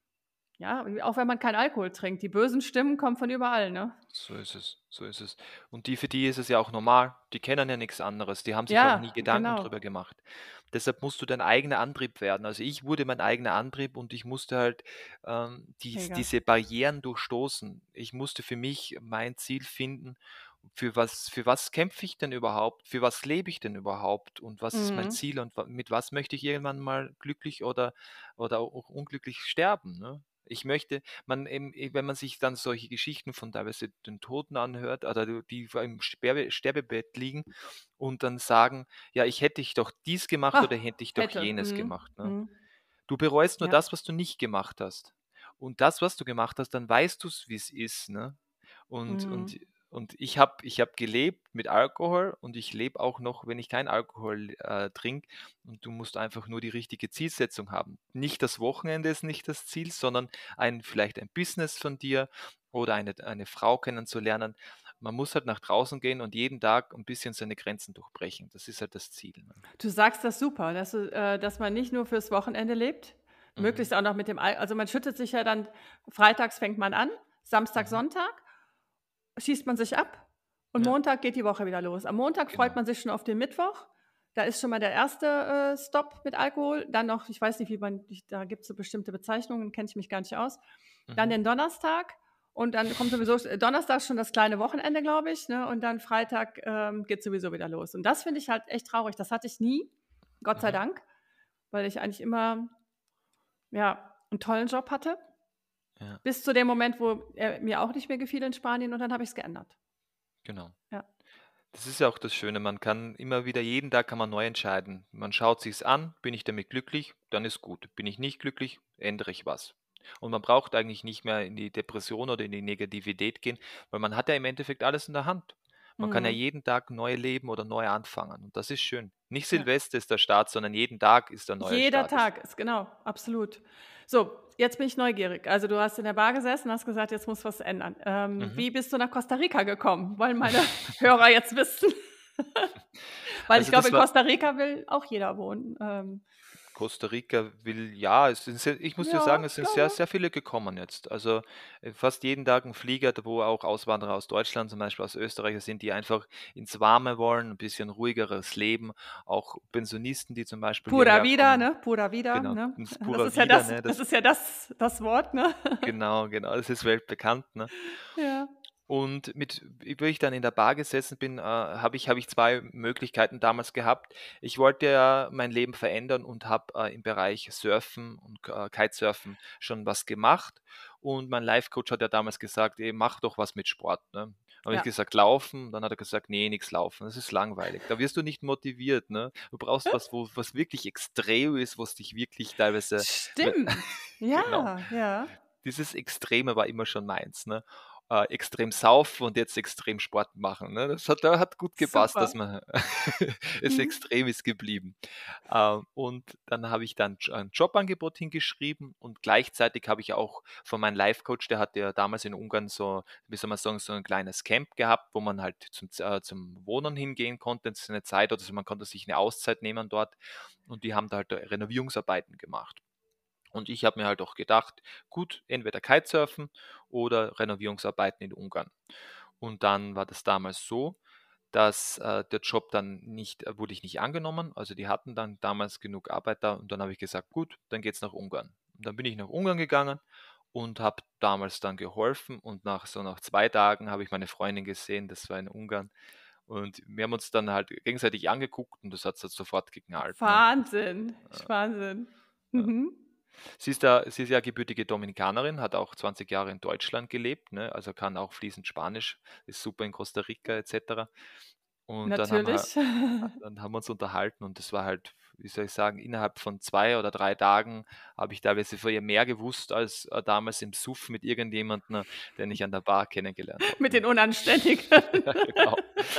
ja, auch wenn man keinen Alkohol trinkt, die bösen Stimmen kommen von überall, ne? so ist es, so ist es. Und für die ist es ja auch normal. Die kennen ja nichts anderes. Die haben sich auch nie Ja, Gedanken genau. drüber gemacht. Deshalb musst du dein eigener Antrieb werden. Also, ich wurde mein eigener Antrieb und ich musste halt, Mega. diese Barrieren durchstoßen. Ich musste für mich mein Ziel finden. Für was kämpfe ich denn überhaupt? Für was lebe ich denn überhaupt? Und was ist mein Mhm. Ziel und mit was möchte ich irgendwann mal glücklich oder auch unglücklich sterben, ne? Ich möchte wenn man sich dann solche Geschichten von teilweise den Toten anhört oder die vor im Sterbebett liegen und dann sagen: „Ja, ich hätte ich doch dies gemacht oder Ah, hätte ich doch hätte. jenes Mhm. gemacht", ne? Mhm. Du bereust nur Ja. das, was du nicht gemacht hast. Und das, was du gemacht hast, dann weißt du's, wie's ist, ne? Und Mhm. und und ich habe gelebt mit Alkohol und ich lebe auch noch, wenn ich keinen Alkohol, trinke, und du musst einfach nur die richtige Zielsetzung haben. Nicht das Wochenende ist nicht das Ziel, sondern vielleicht ein Business von dir oder eine Frau kennenzulernen. Man muss halt nach draußen gehen und jeden Tag ein bisschen seine Grenzen durchbrechen. Das ist halt das Ziel, ne? Du sagst das super, dass man nicht nur fürs Wochenende lebt, Mhm, möglichst auch noch mit dem Al also, man schüttet sich ja dann freitags fängt man an, Samstag, mhm. Sonntag schießt man sich ab und Ja, Montag geht die Woche wieder los. Am Montag freut genau, man sich schon auf den Mittwoch. Da ist schon mal der erste Stop mit Alkohol. Dann noch ich weiß nicht, wie man da gibt's so bestimmte Bezeichnungen, kenne ich mich gar nicht aus. Dann mhm. den Donnerstag und dann kommt sowieso Donnerstag schon das kleine Wochenende, glaube ich, ne, und dann Freitag, geht's sowieso wieder los. Und das finde ich halt echt traurig. Das hatte ich nie, Gott sei Mhm. Dank, weil ich eigentlich immer, ja, 'n tollen Job hatte, Ja, bis zu dem Moment, wo er mir auch nicht mehr gefiel in Spanien und dann habe ich's geändert. genau. Ja. Das ist ja auch das Schöne. Man kann immer wieder jeden Tag kann man neu entscheiden. Man schaut sich's an, bin ich damit glücklich, dann ist gut. Bin ich nicht glücklich, ändere ich was. Und man braucht eigentlich nicht mehr in die Depression oder in die Negativität gehen, weil man hat ja im Endeffekt alles in der Hand. Man kann ja Mhm. jeden Tag neu leben oder neu anfangen und das ist schön. Nicht Ja. Silvester ist der Start, sondern jeden Tag ist der neue Jeder Start. Tag ist genau, absolut. So, jetzt bin ich neugierig. Also, du hast in der Bar gesessen, hast gesagt, jetzt muss was ändern. Mhm. Wie bist du nach Costa Rica gekommen? Wollen meine Hörer jetzt wissen. Weil ich Also, glaube, das in war Costa Rica will auch jeder wohnen. Costa Rica will ja, es sind sehr ich muss dir Ja, sagen, es ich sind sehr, glaube. sehr viele gekommen jetzt. Also, fast jeden Tag 'n Flieger, wo auch Auswanderer aus Deutschland, zum Beispiel aus Österreich sind, die einfach ins Warme wollen, 'n bisschen ruhigeres Leben. Auch Pensionisten, die zum Beispiel Pura hierher vida, kommen. ne? Pura vida, Genau, ne? ins Das Pura ist ja Vida, das ne? das ist ja das Wort, ne? Genau, das ist weltbekannt, ne? Ja. Und wie ich dann in der Bar gesessen bin, habe ich 2 Möglichkeiten damals gehabt. Ich wollte ja mein Leben verändern und habe, im Bereich Surfen und Kitesurfen schon was gemacht. Und mein Life-Coach hat ja damals gesagt: „Ey, mach doch was mit Sport", ne? Habe ich Ja. gesagt: „Laufen." Dann hat er gesagt: „Nee, nix Laufen, das ist langweilig. Da wirst du nicht motiviert, ne? Du brauchst was, was wirklich extrem ist, was dich wirklich teilweise" Stimmt. genau. Ja, ja. Dieses Extreme war immer schon meins, ne? Extrem saufen und jetzt extrem Sport machen, ne? Das hat gut gepasst, dass Super. man es Mhm. extrem ist geblieben. Und dann habe ich dann ein Jobangebot hingeschrieben und gleichzeitig habe ich auch von meinem Life-Coach, der hatte ja damals in Ungarn so, wie soll man sagen, so ein kleines Camp gehabt, wo man halt zum Wohnen hingehen konnte, das ist eine Zeit, oder so, man konnte sich eine Auszeit nehmen dort, und die haben da halt Renovierungsarbeiten gemacht. Und ich habe mir halt auch gedacht, gut, entweder Kitesurfen oder Renovierungsarbeiten in Ungarn. Und dann war das damals so, dass der Job dann nicht, wurde ich nicht angenommen. Also die hatten dann damals genug Arbeit da, und dann habe ich gesagt, gut, dann geht's nach Ungarn. Und dann bin ich nach Ungarn gegangen und habe damals dann geholfen, und nach 2 Tagen habe ich meine Freundin gesehen, das war in Ungarn, und wir haben uns dann halt gegenseitig angeguckt, und das hat sofort geknallt. Ne? Wahnsinn. Wahnsinn. Ja. Mhm. Sie ist ja gebürtige Dominikanerin, hat auch 20 Jahre in Deutschland gelebt, ne? Also kann auch fließend Spanisch, ist super in Costa Rica etc. Und Natürlich. dann haben wir uns unterhalten, und das war halt, wie soll ich sagen, innerhalb von 2 oder 3 Tagen habe ich teilweise von ihr mehr gewusst als damals im Suff mit irgendjemandem, den ich an der Bar kennengelernt habe. Mit Ne? den Unanständigen. Ja, genau.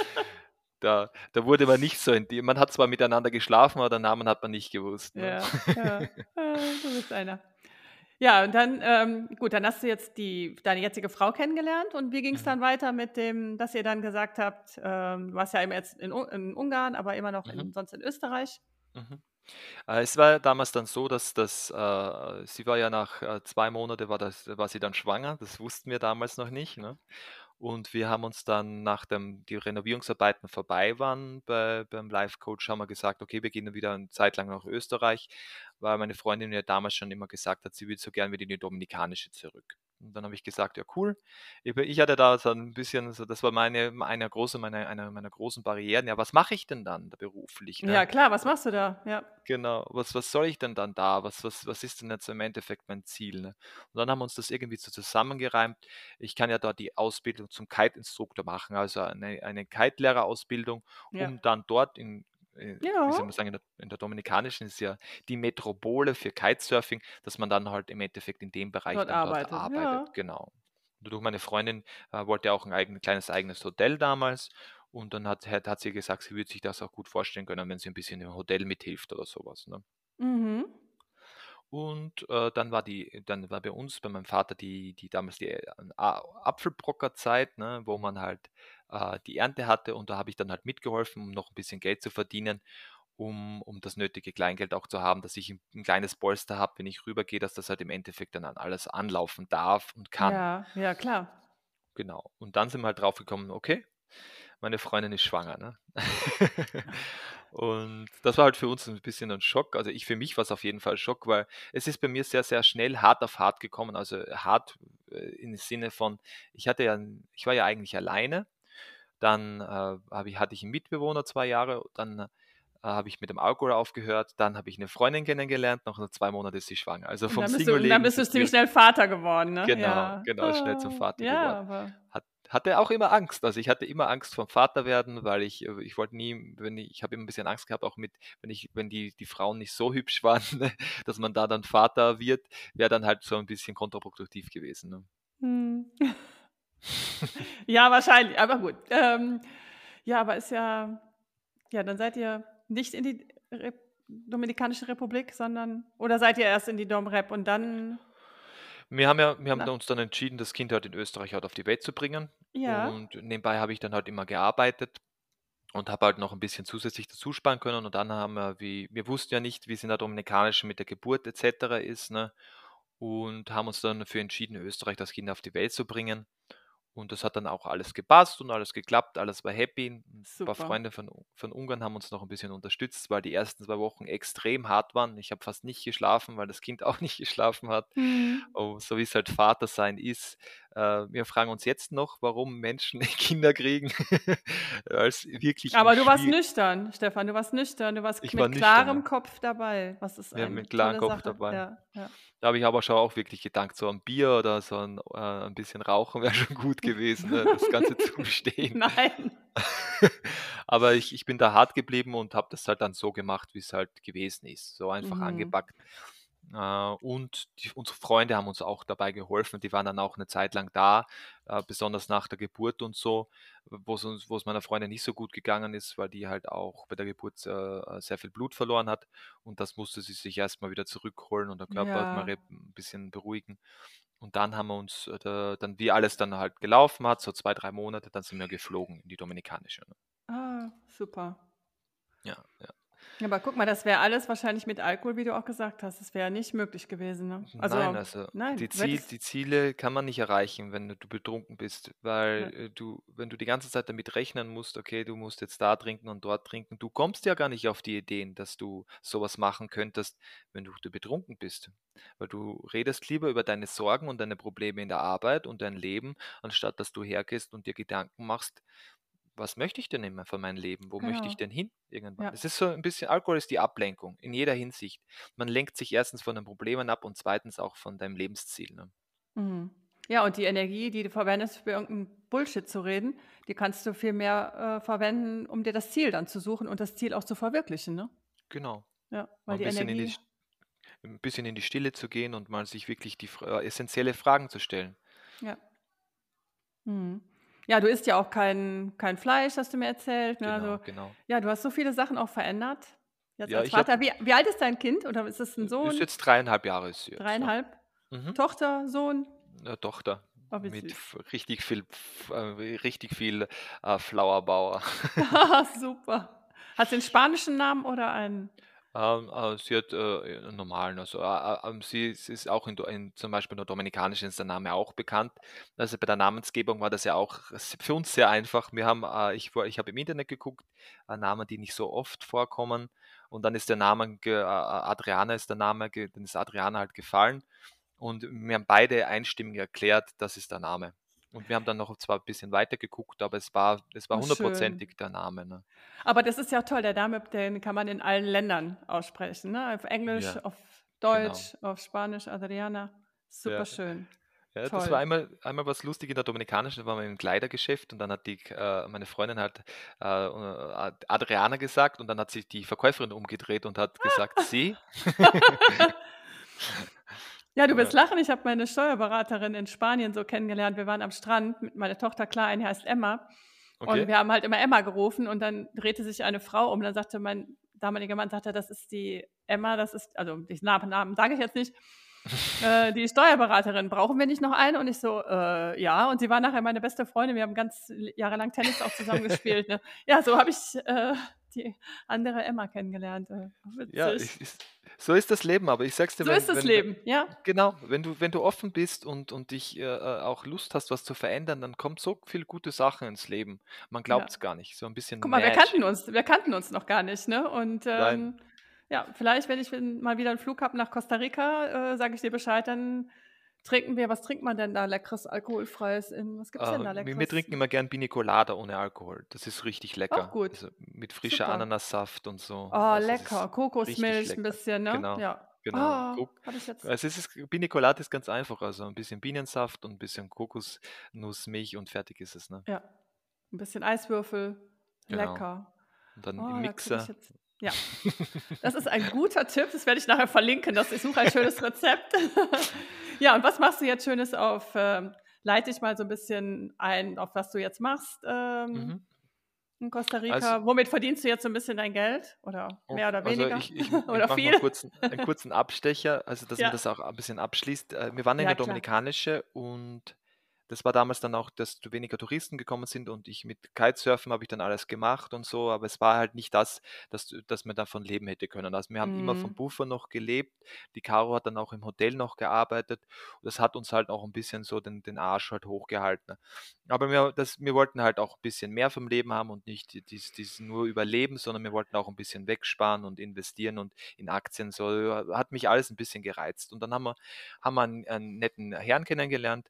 Da wurde man nicht so man hat zwar miteinander geschlafen, aber den Namen hat man nicht gewusst. Ne? Ja, ja. Du bist einer. Ja, und dann, gut, dann hast du jetzt deine jetzige Frau kennengelernt und wie ging es Mhm. dann weiter mit dem, dass ihr dann gesagt habt, du warst ja immer jetzt in Ungarn, aber immer noch Mhm. sonst in Österreich? Mhm. Es war damals dann so, dass sie war ja nach 2 Monate war sie dann schwanger, das wussten wir damals noch nicht, ne? Und wir haben uns dann, nachdem die Renovierungsarbeiten vorbei waren beim Life-Coach, haben wir gesagt: „Okay, wir gehen dann wieder 'ne Zeit lang nach Österreich", weil meine Freundin ja damals schon immer gesagt hat, sie will so gern wieder in die Dominikanische zurück. Und dann habe ich gesagt: „Ja, cool." Ich hatte da so ein bisschen so, das war eine meiner großen Barrieren: „Ja, was mache ich denn dann da beruflich", Ja, ne? klar, was machst du da? Ja. Genau, was soll ich denn dann da? Was ist denn jetzt im Endeffekt mein Ziel, ne? Und dann haben wir uns das irgendwie so zusammengereimt. Ich kann ja da die Ausbildung zum Kite-Instruktor machen, also eine Kitelehrerausbildung, Ja. um dann dort wie Ja, soll man sagen, in der Dominikanischen ist ja die Metropole für Kitesurfing, dass man dann halt im Endeffekt in dem Bereich dort dann dort arbeitet. arbeitet, Ja. genau. Und durch meine Freundin wollte auch ein kleines eigenes Hotel damals, und dann hat sie gesagt, sie würde sich das auch gut vorstellen können, wenn sie ein bisschen im Hotel mithilft oder sowas, ne? Mhm. Und dann war bei uns, bei meinem Vater, die damals die Apfelbrocker-Zeit, ne, wo man halt die Ernte hatte, und da habe ich dann halt mitgeholfen, um noch ein bisschen Geld zu verdienen, um das nötige Kleingeld auch zu haben, dass ich ein kleines Polster habe, wenn ich rübergehe, dass das halt im Endeffekt dann an alles anlaufen darf und kann. Ja, ja, klar. Genau. Und dann sind wir halt drauf gekommen, okay, meine Freundin ist schwanger, ne? Und das war halt für uns ein bisschen ein Schock. Also für mich war es auf jeden Fall ein Schock, weil es ist bei mir sehr, sehr schnell hart auf hart gekommen. Also hart im Sinne von, ich war ja eigentlich alleine. Dann hatte ich einen Mitbewohner 2 Jahre, dann habe ich mit dem Alkohol aufgehört, dann habe ich eine Freundin kennengelernt, nach nur 2 Monaten ist sie schwanger. Also Und vom dann Single-Leben bist du sind wir. ziemlich schnell Vater geworden, ne? Genau, Ja. genau, schnell zum Ah, Vater ja, geworden. aber Hatte auch immer Angst. Also, ich hatte immer Angst vorm Vaterwerden, weil ich wollte nie, ich habe immer ein bisschen Angst gehabt, auch wenn die Frauen nicht so hübsch waren, ne, dass man da dann Vater wird, wäre dann halt so ein bisschen kontraproduktiv gewesen, ne? mhm. Ja, wahrscheinlich, aber gut. Ja, aber ist ja, ja, dann seid ihr nicht in die Dominikanische Republik, sondern oder seid ihr erst in die Dom-Rep und dann Wir haben nach uns dann entschieden, das Kind halt in Österreich halt auf die Welt zu bringen, ja, und nebenbei habe ich dann halt immer gearbeitet und habe halt noch ein bisschen zusätzlich dazu sparen können, und dann haben wir wussten ja nicht, wie es in der Dominikanischen mit der Geburt et cetera ist, ne, und haben uns dann dafür entschieden, in Österreich das Kind auf die Welt zu bringen. Und das hat dann auch alles gepasst und alles geklappt, alles war happy. Ein paar super. Freunde von Ungarn haben uns noch ein bisschen unterstützt, weil die ersten 2 Wochen extrem hart waren. Ich habe fast nicht geschlafen, weil das Kind auch nicht geschlafen hat. Mhm. Oh, so wie es halt Vater sein ist. Wir fragen uns jetzt noch, warum Menschen Kinder kriegen, weil's wirklich Aber du warst schwie nüchtern, Stefan, du warst nüchtern, du warst ich war mit nüchtern, klarem ja. Kopf dabei. Was ist Ja, mit eine klarem tolle Kopf Sache. dabei. Ja, ja. Da habe ich aber schon auch wirklich gedacht, so ein Bier oder so ein bisschen Rauchen wäre schon gut gewesen, ne, das Ganze zu überstehen. Nein. Aber ich bin da hart geblieben und habe das halt dann so gemacht, wie es halt gewesen ist, so einfach Mhm. angepackt. Und unsere Freunde haben uns auch dabei geholfen. Die waren dann auch eine Zeit lang da, besonders nach der Geburt und so, wo es meiner Freundin nicht so gut gegangen ist, weil die halt auch bei der Geburt sehr viel Blut verloren hat. Und das musste sie sich erstmal wieder zurückholen und der Körper mal Ja. ein bisschen beruhigen. Und dann haben wir uns, dann wie alles dann halt gelaufen hat, so 2, 3 Monate, dann sind wir geflogen in die Dominikanische. Ne? Ah, super. Ja, ja. Aber guck mal, das wäre alles wahrscheinlich mit Alkohol, wie du auch gesagt hast. Das wäre nicht möglich gewesen, ne? Nein, Also, also nein, du Die hättest Ziele kann man nicht erreichen, wenn du betrunken bist, weil ne, wenn du die ganze Zeit damit rechnen musst, okay, du musst jetzt da trinken und dort trinken, du kommst ja gar nicht auf die Ideen, dass du sowas machen könntest, wenn du betrunken bist. Weil du redest lieber über deine Sorgen und deine Probleme in der Arbeit und dein Leben, anstatt dass du hergehst und dir Gedanken machst, was möchte ich denn immer von meinem Leben? Wo möchte ich genau. denn hin irgendwann? Ja. Es ist so ein bisschen, Alkohol ist die Ablenkung in jeder Hinsicht. Man lenkt sich erstens von den Problemen ab und zweitens auch von deinem Lebensziel. Ne? Mhm. Ja, und die Energie, die du verwendest, für irgend Bullshit zu reden, die kannst du viel mehr, verwenden, um dir das Ziel dann zu suchen und das Ziel auch zu verwirklichen, ne? Genau. Ja, Mal weil die Energie ein bisschen in die Stille zu gehen und mal sich wirklich essentielle Fragen zu stellen. ja. Mhm. Ja, du isst ja auch kein Fleisch, hast du mir erzählt, ne? Also, Genau, genau. ja, du hast so viele Sachen auch verändert jetzt Ja, als ich habe, Vater. Wie alt ist dein Kind oder ist es 'n ist Sohn? jetzt 3,5 Jahre ist sie jetzt, ja. 3,5? Mhm. Tochter, Sohn? Eine Tochter Oh, wie mit süß. richtig viel Flowerbauer. Super. Hat sie 'n spanischen Namen oder einen Sie hat, 'n normalen, also, sie ist auch zum Beispiel in der Dominikanischen ist der Name auch bekannt. Also, bei der Namensgebung war das ja auch für uns sehr einfach. Ich habe im Internet geguckt, Namen, die nicht so oft vorkommen und dann ist der Name Adriana ist der Name ge dann ist Adriana halt gefallen und wir haben beide einstimmig erklärt, das ist der Name. Und wir haben dann noch zwar ein bisschen weiter geguckt, aber es war oh, schön. hundertprozentig der Name, ne? Aber das ist ja toll, der Name, den kann man in allen Ländern aussprechen, ne? Auf Englisch, Ja, auf genau. Deutsch, auf Spanisch, Adriana. Ja. Superschön. Ja, das war Toll. einmal was lustig in der Dominikanischen, da waren wir im Kleidergeschäft und dann hat meine Freundin halt Adriana gesagt und dann hat sich die Verkäuferin umgedreht und hat gesagt, sie. Ja, du wirst Ja, lachen, ich habe meine Steuerberaterin in Spanien so kennengelernt. Wir waren am Strand mit meiner Tochter klein, die heißt Emma. Und okay. wir haben halt immer Emma gerufen und dann drehte sich eine Frau um. Dann sagte mein damaliger Mann, sagte, das ist die Emma, das ist, also den Namen sage ich jetzt nicht, die Steuerberaterin, brauchen wir nicht noch eine? Und ich so, ja. Und sie war nachher meine beste Freundin. Wir haben ganz jahrelang Tennis auch zusammen gespielt. Ne? Ja, so habe ich die andere Emma kennengelernt. Ja, Witzig. so ist das Leben, aber ich sag's dir, So ist das Leben, ja. genau, wenn du offen bist und dich auch Lust hast, was zu verändern, dann kommt so viel gute Sachen ins Leben. Man Ja. glaubt's gar nicht. So ein bisschen Guck mal, Magic. wir kannten uns noch gar nicht, ne? Und, Nein. ja, vielleicht, wenn ich mal wieder 'n Flug habe nach Costa Rica, sage ich dir Bescheid, dann trinken wir, was trinkt man denn da Leckeres, Alkoholfreies in, was gibt's denn da Wir Leckeres? trinken immer gern Pina Colada ohne Alkohol. Das ist richtig Auch lecker. gut, Also mit frischer super. Ananassaft und so. Oh, Also das lecker. ist richtig Kokosmilch 'n lecker. bisschen, ne? Genau, Ja. genau. Ah, habe ich jetzt Pina Colada ist ganz einfach. Also ein bisschen Bienensaft und ein bisschen Kokosnussmilch und fertig ist es, ne? ja, 'n bisschen Eiswürfel, Genau. lecker. Und dann im Oh, da kriege ich Mixer. jetzt ja, das ist ein guter Tipp, das werde ich nachher verlinken. Ich suche ein schönes Rezept. Ja, und was machst du jetzt Schönes leite dich mal so 'n bisschen ein, auf was du jetzt machst, Mhm. in Costa Also, Rica. Womit verdienst du jetzt so 'n bisschen dein Geld oder mehr oder also weniger ich oder mache mal viel? einen kurzen Abstecher, also dass man Ja, das auch ein bisschen abschließt. Wir waren in ja der klar. Dominikanische und das war damals dann auch, dass weniger Touristen gekommen sind und ich mit Kitesurfen habe ich dann alles gemacht und so, aber es war halt nicht das, dass man davon leben hätte können. Also wir haben immer vom Mhm. Puffer noch gelebt. Die Caro hat dann auch im Hotel noch gearbeitet. Und das hat uns halt auch ein bisschen so den Arsch halt hochgehalten. Aber wir wollten halt auch ein bisschen mehr vom Leben haben und nicht dies nur überleben, sondern wir wollten auch ein bisschen wegsparen und investieren und in Aktien. So hat mich alles ein bisschen gereizt. Und dann haben wir einen netten Herrn kennengelernt,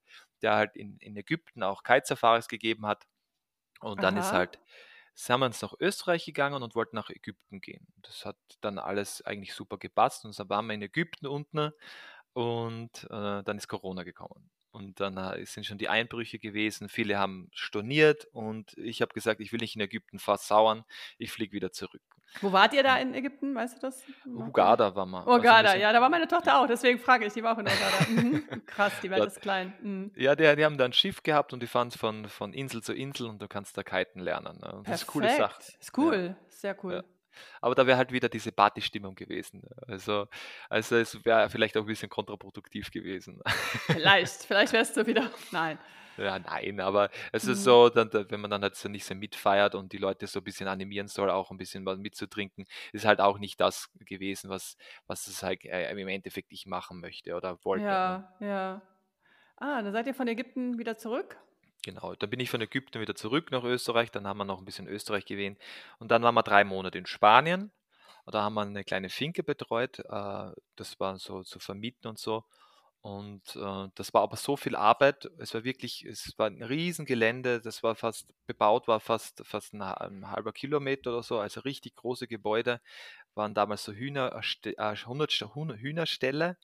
der halt in Ägypten auch Kitesafaris gegeben hat. Und dann Aha. sind wir uns nach Österreich gegangen und wollten nach Ägypten gehen. Das hat dann alles eigentlich super gepasst und dann waren wir in Ägypten unten und dann ist Corona gekommen. Und dann sind schon die Einbrüche gewesen, viele haben storniert und ich habe gesagt, ich will nicht in Ägypten versauern, ich fliege wieder zurück. Wo wart ihr da Und in Ägypten? Weißt du das? Wart ihr? Hurghada war wir. Also wir Hurghada, sind ja, da war meine Tochter auch, deswegen frage ich, die war auch in Hurghada. Mhm. Krass, die Welt dort, ist klein. Mhm. ja, die haben da ein Schiff gehabt und die fahren von Insel zu Insel und du kannst da kiten lernen. Ne? Und das ist eine coole Sache. Perfekt, ist Ja, cool, sehr ja. cool. Aber da wäre halt wieder diese Partystimmung gewesen. Also es wäre vielleicht auch ein bisschen kontraproduktiv gewesen. Vielleicht wärst du wieder nein. Ja, nein, aber es ist Mhm. so, wenn man dann halt so nicht so mitfeiert und die Leute so ein bisschen animieren soll, auch ein bisschen was mitzutrinken, ist halt auch nicht das gewesen, was es halt im Endeffekt ich machen möchte oder wollte. Ne? Ja, ja. Ah, dann seid ihr von Ägypten wieder zurück? Genau, dann bin ich von Ägypten wieder zurück nach Österreich, dann haben wir noch ein bisschen Österreich gesehen und dann waren wir 3 Monate in Spanien. Da haben wir eine kleine Finke betreut, das war so zu vermieten und so. Und das war aber so viel Arbeit. Es war ein Riesengelände, das war fast bebaut, war fast ein halber Kilometer oder so, also richtig große Gebäude, waren damals so 100 Hühnerställe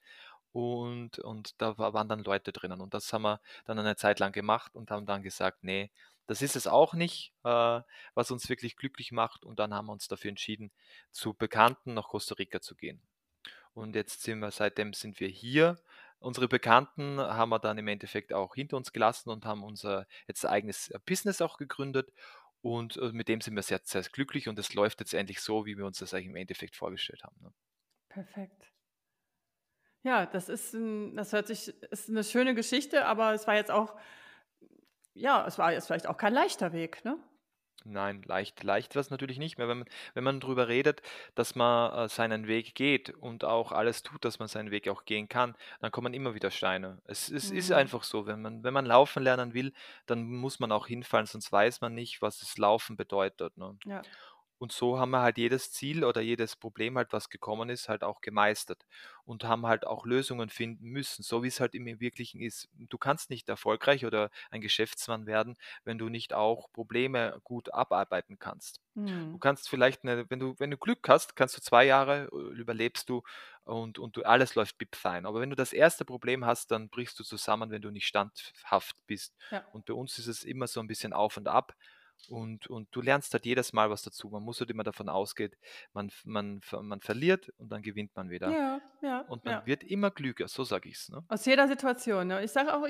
und da waren dann Leute drinnen. Und das haben wir dann eine Zeit lang gemacht und haben dann gesagt, nee, das ist es auch nicht, was uns wirklich glücklich macht. Und dann haben wir uns dafür entschieden, zu Bekannten nach Costa Rica zu gehen. Und seitdem sind wir hier. Unsere Bekannten haben wir dann im Endeffekt auch hinter uns gelassen und haben unser jetzt eigenes Business auch gegründet. Und mit dem sind wir sehr, sehr glücklich und es läuft jetzt endlich so, wie wir uns das eigentlich im Endeffekt vorgestellt haben. Ne? Perfekt. Ja, das ist eine schöne Geschichte, aber es war jetzt auch ja, es war jetzt vielleicht auch kein leichter Weg, ne? Nein, leicht war es natürlich nicht mehr. Wenn man drüber redet, dass man seinen Weg geht und auch alles tut, dass man seinen Weg auch gehen kann, dann kommen immer wieder Steine. Es ist Mhm. einfach so, wenn man laufen lernen will, dann muss man auch hinfallen, sonst weiß man nicht, was das Laufen bedeutet. Ne? Ja. Und so haben wir halt jedes Ziel oder jedes Problem halt, was gekommen ist, halt auch gemeistert und haben halt auch Lösungen finden müssen, so wie es halt im Wirklichen ist. Du kannst nicht erfolgreich oder ein Geschäftsmann werden, wenn du nicht auch Probleme gut abarbeiten kannst. Du Mhm. kannst vielleicht, wenn du Glück hast, kannst du 2 Jahre überlebst du und alles läuft fein. Aber wenn du das erste Problem hast, dann brichst du zusammen, wenn du nicht standhaft bist. Ja. Und bei uns ist es immer so ein bisschen auf und ab. Und du lernst halt jedes Mal was dazu. Man muss halt immer davon ausgehen, man verliert und dann gewinnt man wieder. Ja, ja, Und ja. man wird immer klüger, so sage ich's, ne? Aus jeder Situation, ne? Ich sage auch,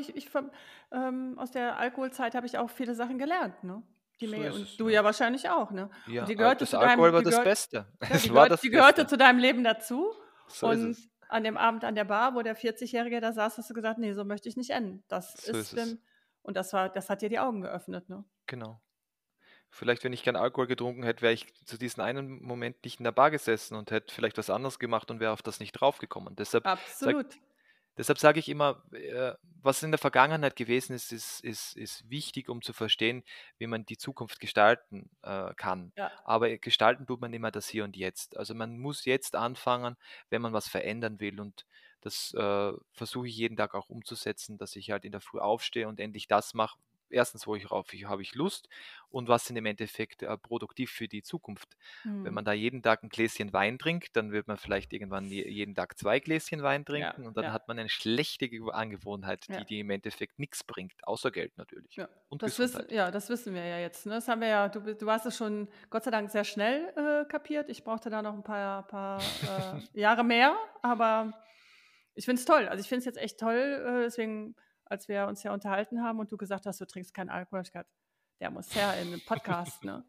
aus der Alkoholzeit habe ich auch viele Sachen gelernt, ne? So ist Und es, du ne? ja wahrscheinlich auch, ne? Und Ja, die gehörte das zu Alkohol deinem war das Beste. ja, Es war das die gehörte Beste. zu deinem Leben dazu. So ist Und es. an dem Abend an der Bar, wo der 40-Jährige da saß, hast du gesagt: „Ne, so möchte ich nicht enden.“ So ist es. Und das hat dir die Augen geöffnet, ne? Genau. Vielleicht, wenn ich keinen Alkohol getrunken hätte, wäre ich zu diesem einen Moment nicht in der Bar gesessen und hätte vielleicht was anderes gemacht und wäre auf das nicht draufgekommen. Sage Absolut. Deshalb sage ich immer, was in der Vergangenheit gewesen ist, ist wichtig, um zu verstehen, wie man die Zukunft gestalten kann. Ja. Aber gestalten tut man immer das Hier und Jetzt. Also man muss jetzt anfangen, wenn man was verändern will. Und das versuche ich jeden Tag auch umzusetzen, dass ich halt in der Früh aufstehe und endlich das mache. Erstens, habe ich Lust und was sind im Endeffekt produktiv für die Zukunft. Wenn Mhm. man da jeden Tag ein Gläschen Wein trinkt, dann wird man vielleicht irgendwann jeden Tag 2 Gläschen Wein Ja, trinken und dann ja, hat man eine schlechte Angewohnheit, ja. die im Endeffekt nichts bringt, außer Geld natürlich Ja, und Gesundheit. das wissen wir ja jetzt, ne? Das haben wir ja du hast es schon Gott sei Dank sehr schnell, kapiert. Ich brauchte da noch ein paar, Jahre mehr, aber ich finde es toll. Also, ich finde es jetzt echt toll, deswegen, als wir uns ja unterhalten haben und du gesagt hast, du trinkst keinen Alkohol, habe ich gedacht: „Der muss her in 'nem Podcast“, ne?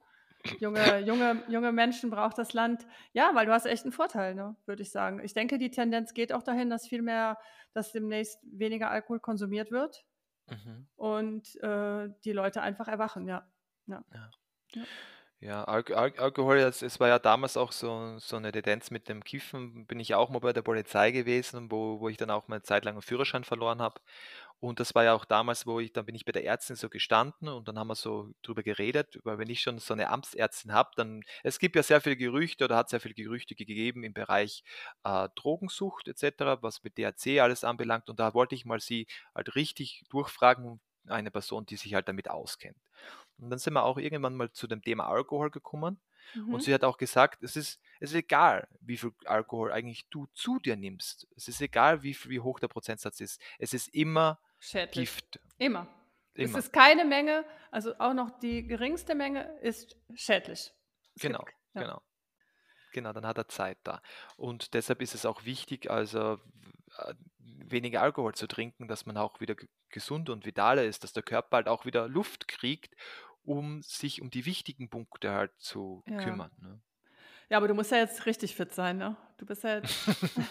Junge Menschen braucht das Land. Ja, weil du hast echt einen Vorteil, ne, würde ich sagen. Ich denke, die Tendenz geht auch dahin, dass demnächst weniger Alkohol konsumiert wird. Mhm, Und, die Leute einfach erwachen, ja. Ja, ja. ja. Ja, Alkohol, es war ja damals auch so eine Tendenz mit dem Kiffen, bin ich auch mal bei der Polizei gewesen, wo ich dann auch mal 'ne Zeit lang 'n Führerschein verloren habe. Und das war ja auch damals, dann bin ich bei der Ärztin so gestanden und dann haben wir so drüber geredet, weil wenn ich schon so eine Amtsärztin habe, dann es gibt ja sehr viele Gerüchte oder hat sehr viele Gerüchte gegeben im Bereich, Drogensucht et cetera, was mit THC alles anbelangt. Und da wollte ich mal sie halt richtig durchfragen, eine Person, die sich halt damit auskennt. Und dann sind wir auch irgendwann mal zu dem Thema Alkohol gekommen und Mhm. sie hat auch gesagt, es ist egal, wie viel Alkohol eigentlich du zu dir nimmst. Es ist egal, wie hoch der Prozentsatz ist. Es ist immer Schädlich. Gift, Immer. Es immer. ist keine Menge, also auch noch die geringste Menge ist schädlich. Es gibt, Genau, ja. genau, genau, dann hat er Zeit da. Und deshalb ist es auch wichtig, also weniger Alkohol zu trinken, dass man auch wieder gesund und vitaler ist, dass der Körper halt auch wieder Luft kriegt, um sich um die wichtigen Punkte halt zu Ja. kümmern. Ne? Ja, aber du musst ja jetzt richtig fit sein, ne? Du bist ja jetzt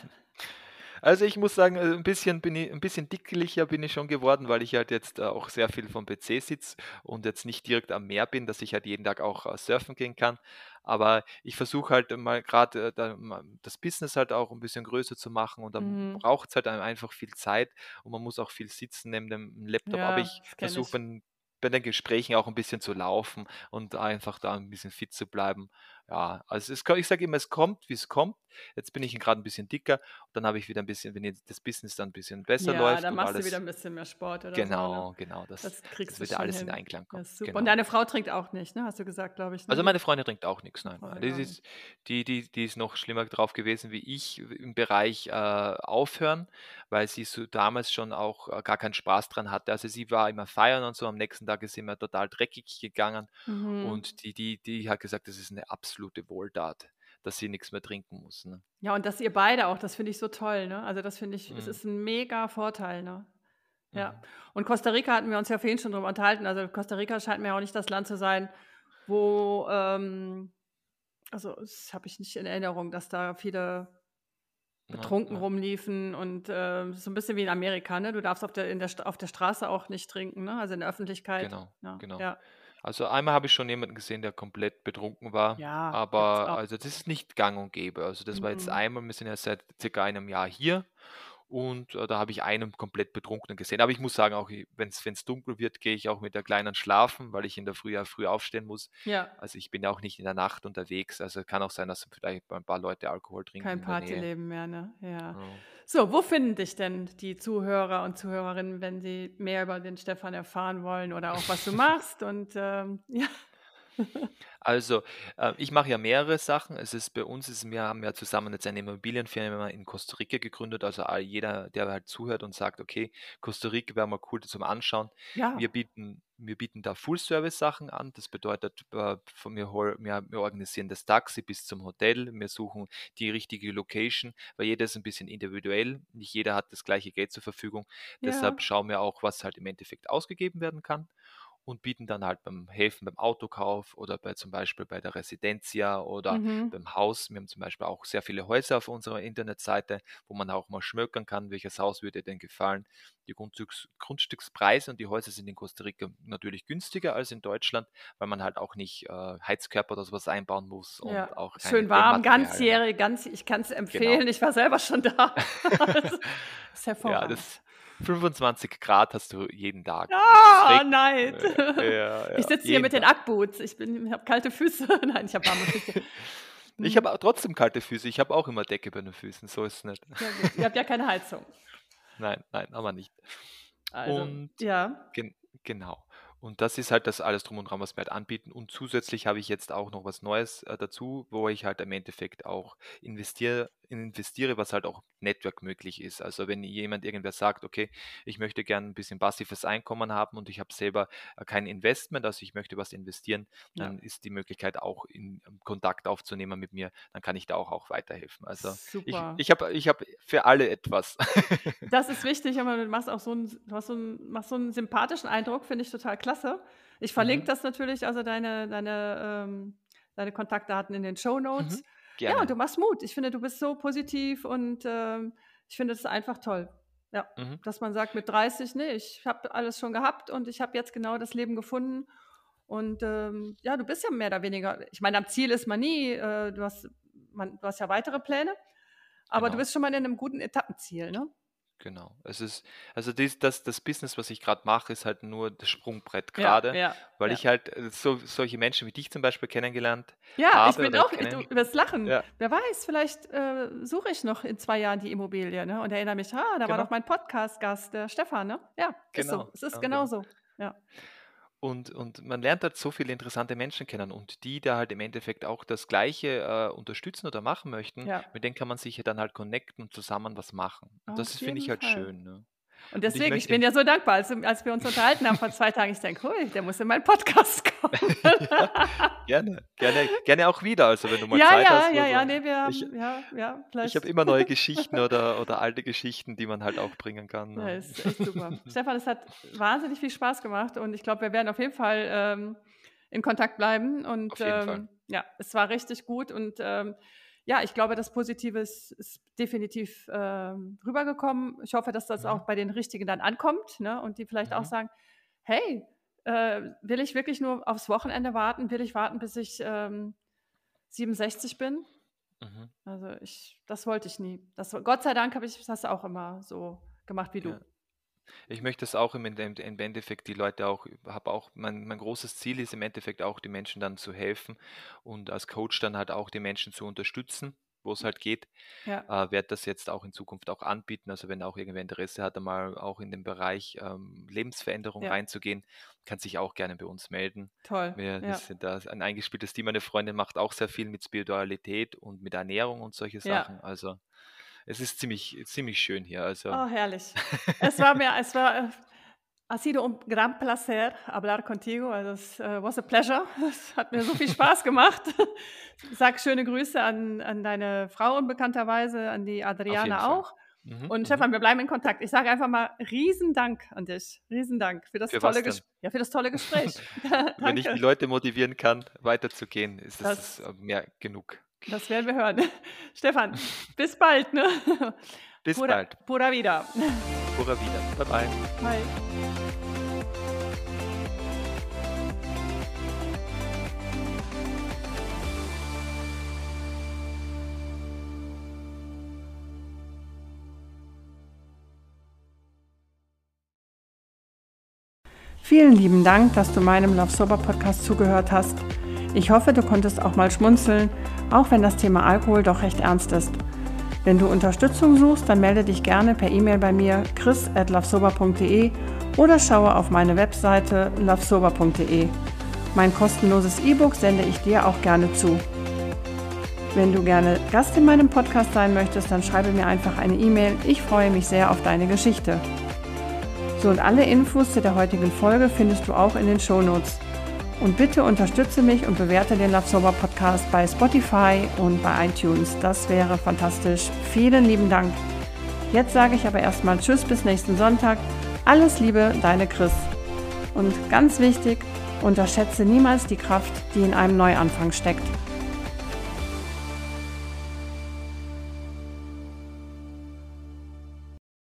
Also, ich muss sagen, 'n bisschen dicklicher bin ich schon geworden, weil ich halt jetzt, auch sehr viel vom PC sitze und jetzt nicht direkt am Meer bin, dass ich halt jeden Tag auch, surfen gehen kann. Aber ich versuche halt mal gerade da ma das Business halt auch ein bisschen größer zu machen und dann mhm. braucht's halt einfach viel Zeit und man muss auch viel sitzen neben dem Laptop. Aber Ja, ich das kenne versuche, ich. bei den Gesprächen auch ein bisschen zu laufen und einfach da ein bisschen fit zu bleiben. Ja, also, ich sage immer, es kommt, wie es kommt. Jetzt bin ich gerade ein bisschen dicker, dann habe ich wieder ein bisschen, wenn jetzt das Business dann ein bisschen besser Ja, läuft dann und machst du wieder alles, ein bisschen mehr Sport oder so, ne? genau, dass Das kriegst dass du wieder schon alles in hin. Einklang Ja, kommt. super. Und Genau. deine Frau trinkt auch nicht, ne? Hast du gesagt, glaube ich, ne? Also, Die meine Freundin trinkt auch nichts, die nein, Frau nein. trinkt Das auch nicht. ist die ist noch schlimmer drauf gewesen wie ich im Bereich, Aufhören, weil sie so damals schon auch, gar keinen Spaß dran hatte. Also, sie war immer feiern und so, am nächsten Tag ist sie immer total dreckig gegangen Mhm. und die hat gesagt, das ist eine absolute Wohltat, dass sie nichts mehr trinken muss, ne? Ja, und dass ihr beide auch, das finde ich so toll, ne? Also, das finde ich, es Mhm, ist 'n mega Vorteil, ne? Ja. mhm. Und Costa Rica hatten wir uns ja vorhin schon drüber unterhalten. Also, Costa Rica scheint mir auch nicht das Land zu sein, wo, also, das habe ich nicht in Erinnerung, dass da viele Nein, betrunken nein. rumliefen und, so 'n bisschen wie in Amerika, ne? Du darfst auf der Straße auch nicht trinken, ne? Also, in der Öffentlichkeit. Genau, Ja, genau. ja. Also, einmal habe ich schon jemanden gesehen, der komplett betrunken war, Ja, gibt's aber auch. also, das ist nicht gang und gäbe. Also, das war jetzt Mhm. einmal, wir sind ja seit circa einem Jahr hier und, da habe ich einen komplett Betrunkenen gesehen. Aber ich muss sagen, auch wenn es dunkel wird, gehe ich auch mit der Kleinen schlafen, weil ich in der Früh ja früh aufstehen muss. Ja, Also, ich bin ja auch nicht in der Nacht unterwegs. Also, kann auch sein, dass vielleicht ein paar Leute Alkohol trinken kein in der Nähe. Partyleben mehr, ne? Ja. Ja. So, wo finden dich denn die Zuhörer und Zuhörerinnen, wenn sie mehr über den Stefan erfahren wollen oder auch was du machst und, ja. Also, ich mache ja mehrere Sachen. Wir haben ja zusammen jetzt eine Immobilienfirma in Costa Rica gegründet. Also jeder, der halt zuhört und sagt, okay, Costa Rica wäre mal cool zum Anschauen. Ja, Wir bieten da Full-Service-Sachen an. Das bedeutet, wir organisieren das Taxi bis zum Hotel. Wir suchen die richtige Location, weil jeder ist ein bisschen individuell. Nicht jeder hat das gleiche Geld zur Verfügung. ja, Deshalb schauen wir auch, was halt im Endeffekt ausgegeben werden kann und bieten dann halt beim Autokauf oder zum Beispiel bei der Residencia oder mhm. beim Haus. Wir haben zum Beispiel auch sehr viele Häuser auf unserer Internetseite, wo man auch mal schmökern kann, welches Haus würde denn gefallen. Die Grundstückspreise und die Häuser sind in Costa Rica natürlich günstiger als in Deutschland, weil man halt auch nicht Heizkörper oder sowas einbauen muss Ja, und auch keine schön warm, Dämmmaterialien hat. ganzjährig, ganz, ich kann's Genau. empfehlen. Ich war selber schon da. Also, ist Ja, hervorragend. das 25 Grad hast du jeden Tag und es Ah, regnet. Neid. Ja, Ich ja, sitze hier jeden mit den Tag. Ackboots. Ich habe kalte Füße. Nein, ich habe warme Füße. Ich Mhm. habe trotzdem kalte Füße. Ich habe auch immer Decke bei den Füßen, so ist es nicht. Ja gut, ihr habt ja keine Heizung. Nein, nein, aber nicht. Also, Und ja, gen genau. Und das ist halt das alles drum und dran, was wir halt anbieten. Und zusätzlich habe ich jetzt auch noch was Neues, dazu, wo ich halt im Endeffekt auch investiere, was halt auch Network möglich ist. Also, wenn irgendwer sagt: „Okay, ich möchte gerne ein bisschen passives Einkommen haben und ich habe selber, kein Investment, also ich möchte was investieren“, ja, dann ist die Möglichkeit auch in Kontakt aufzunehmen mit mir. Dann kann ich da auch weiterhelfen. Also, super. ich habe für alle etwas. Das ist wichtig, aber du machst auch machst so 'n sympathischen Eindruck, finde ich total klasse. Ich verlinke Mhm. das natürlich, also deine Kontaktdaten in den Shownotes. Mhm. Ja, und du Gerne. machst Mut. Ich finde, du bist so positiv und, ich finde es einfach toll. Ja, Mhm. dass man sagt mit 30: „Ne, ich habe alles schon gehabt und ich habe jetzt genau das Leben gefunden Und ja, du bist ja mehr oder weniger, ich meine, am Ziel ist man nie, du hast ja weitere Pläne, aber du Genau. bist schon mal in einem guten Etappenziel, ne? Genau. Also das Business, was ich gerade mache, ist halt nur das Sprungbrett Ja, gerade, ja, weil ja. ich halt solche Menschen wie dich zum Beispiel kennengelernt Ja, ich habe bin oder auch, du kennen. wirst lachen. Ja, Wer weiß, vielleicht suche ich noch in 2 Jahren die Immobilie, ne, und erinnere mich: „Ah, da war doch genau, mein Podcast-Gast, der Stefan", ne? Ja, ist so. genau, Es ist genau, genau. genauso. Ja, Und man lernt halt so viele interessante Menschen kennen und die da halt im Endeffekt auch das Gleiche unterstützen oder machen möchten, ja, mit denen kann man sich ja dann halt connecten und zusammen was machen. Und das auf finde ich jeden halt Fall. schön, ne? Und Und ich deswegen, ich möchte bin ja so dankbar, als wir uns unterhalten haben vor 2 Tagen, ich denke: „Hui, der muss in meinen Podcast kommen." ja, gerne, gerne, gerne auch wieder. Also wenn du mal Ja, Zeit ja, hast ja, oder ja, so. ne, wir Ich, haben ja, ich habe vielleicht. immer neue Geschichten oder alte Geschichten, die man halt auch bringen kann. Ja, Ne? ist echt super. Stefan, es hat wahnsinnig viel Spaß gemacht und ich glaube, wir werden auf jeden Fall, in Kontakt bleiben und, Auf jeden Fall. ja, es war richtig gut und, ja, ich glaube, das Positive ist definitiv, rübergekommen. Ich hoffe, dass das Mhm. auch bei den Richtigen dann ankommt, ne, und die vielleicht auch Mhm. sagen: „Hey, will ich wirklich nur aufs Wochenende warten? Will ich warten, bis ich, 67 bin?" Mhm. Also, das wollte ich nie. Gott sei Dank habe ich das auch immer so gemacht wie du. Ja. Ich möchte das auch im Endeffekt die Leute auch, habe auch, mein großes Ziel ist im Endeffekt auch, die Menschen dann zu helfen und als Coach dann halt auch die Menschen zu unterstützen, wo es halt geht. Ja, Werde das jetzt auch in Zukunft auch anbieten. Also wenn auch irgendwer Interesse hat, einmal auch in den Bereich Lebensveränderung ja, reinzugehen, kann sich auch gerne bei uns melden. toll. Wir Ja, sind da ein eingespieltes Team. Meine Freundin macht auch sehr viel mit Spiritualität und mit Ernährung und solche ja. Sachen. Also es ist ziemlich schön hier. Also Oh, herrlich. Es war, ha sido un gran placer hablar contigo. Also, es, was a pleasure. Es hat mir so viel Spaß gemacht. Sag schöne Grüße an deine Frau unbekannterweise, an die auf jeden Adriane Fall. auch. Mhm, Und mhm. Stefan, wir bleiben in Kontakt. Ich sage einfach mal Riesendank an dich. Riesendank Für was denn? für das tolle Gespräch. Wenn ich die Danke. Leute motivieren kann, weiterzugehen, ist das Das mehr genug. das werden wir hören. Stefan, bis bald, ne? Bis bald. Pura vida. Pura wieder. Bye bye. Bye. Vielen lieben Dank, dass du meinem Love Sober Podcast zugehört hast. Ich hoffe, du konntest auch mal schmunzeln, auch wenn das Thema Alkohol doch recht ernst ist. Wenn du Unterstützung suchst, dann melde dich gerne per E-Mail bei mir chris@lovesober.de oder schaue auf meine Webseite lovesober.de. Mein kostenloses E-Book sende ich dir auch gerne zu. Wenn du gerne Gast in meinem Podcast sein möchtest, dann schreibe mir einfach eine E-Mail. Ich freue mich sehr auf deine Geschichte. So, und alle Infos zu der heutigen Folge findest du auch in den Shownotes. Und bitte unterstütze mich und bewerte den Love Sober Podcast bei Spotify und bei iTunes. Das wäre fantastisch. Vielen lieben Dank. Jetzt sage ich aber erstmal Tschüss bis nächsten Sonntag. Alles Liebe, deine Chris. Und ganz wichtig, unterschätze niemals die Kraft, die in einem Neuanfang steckt.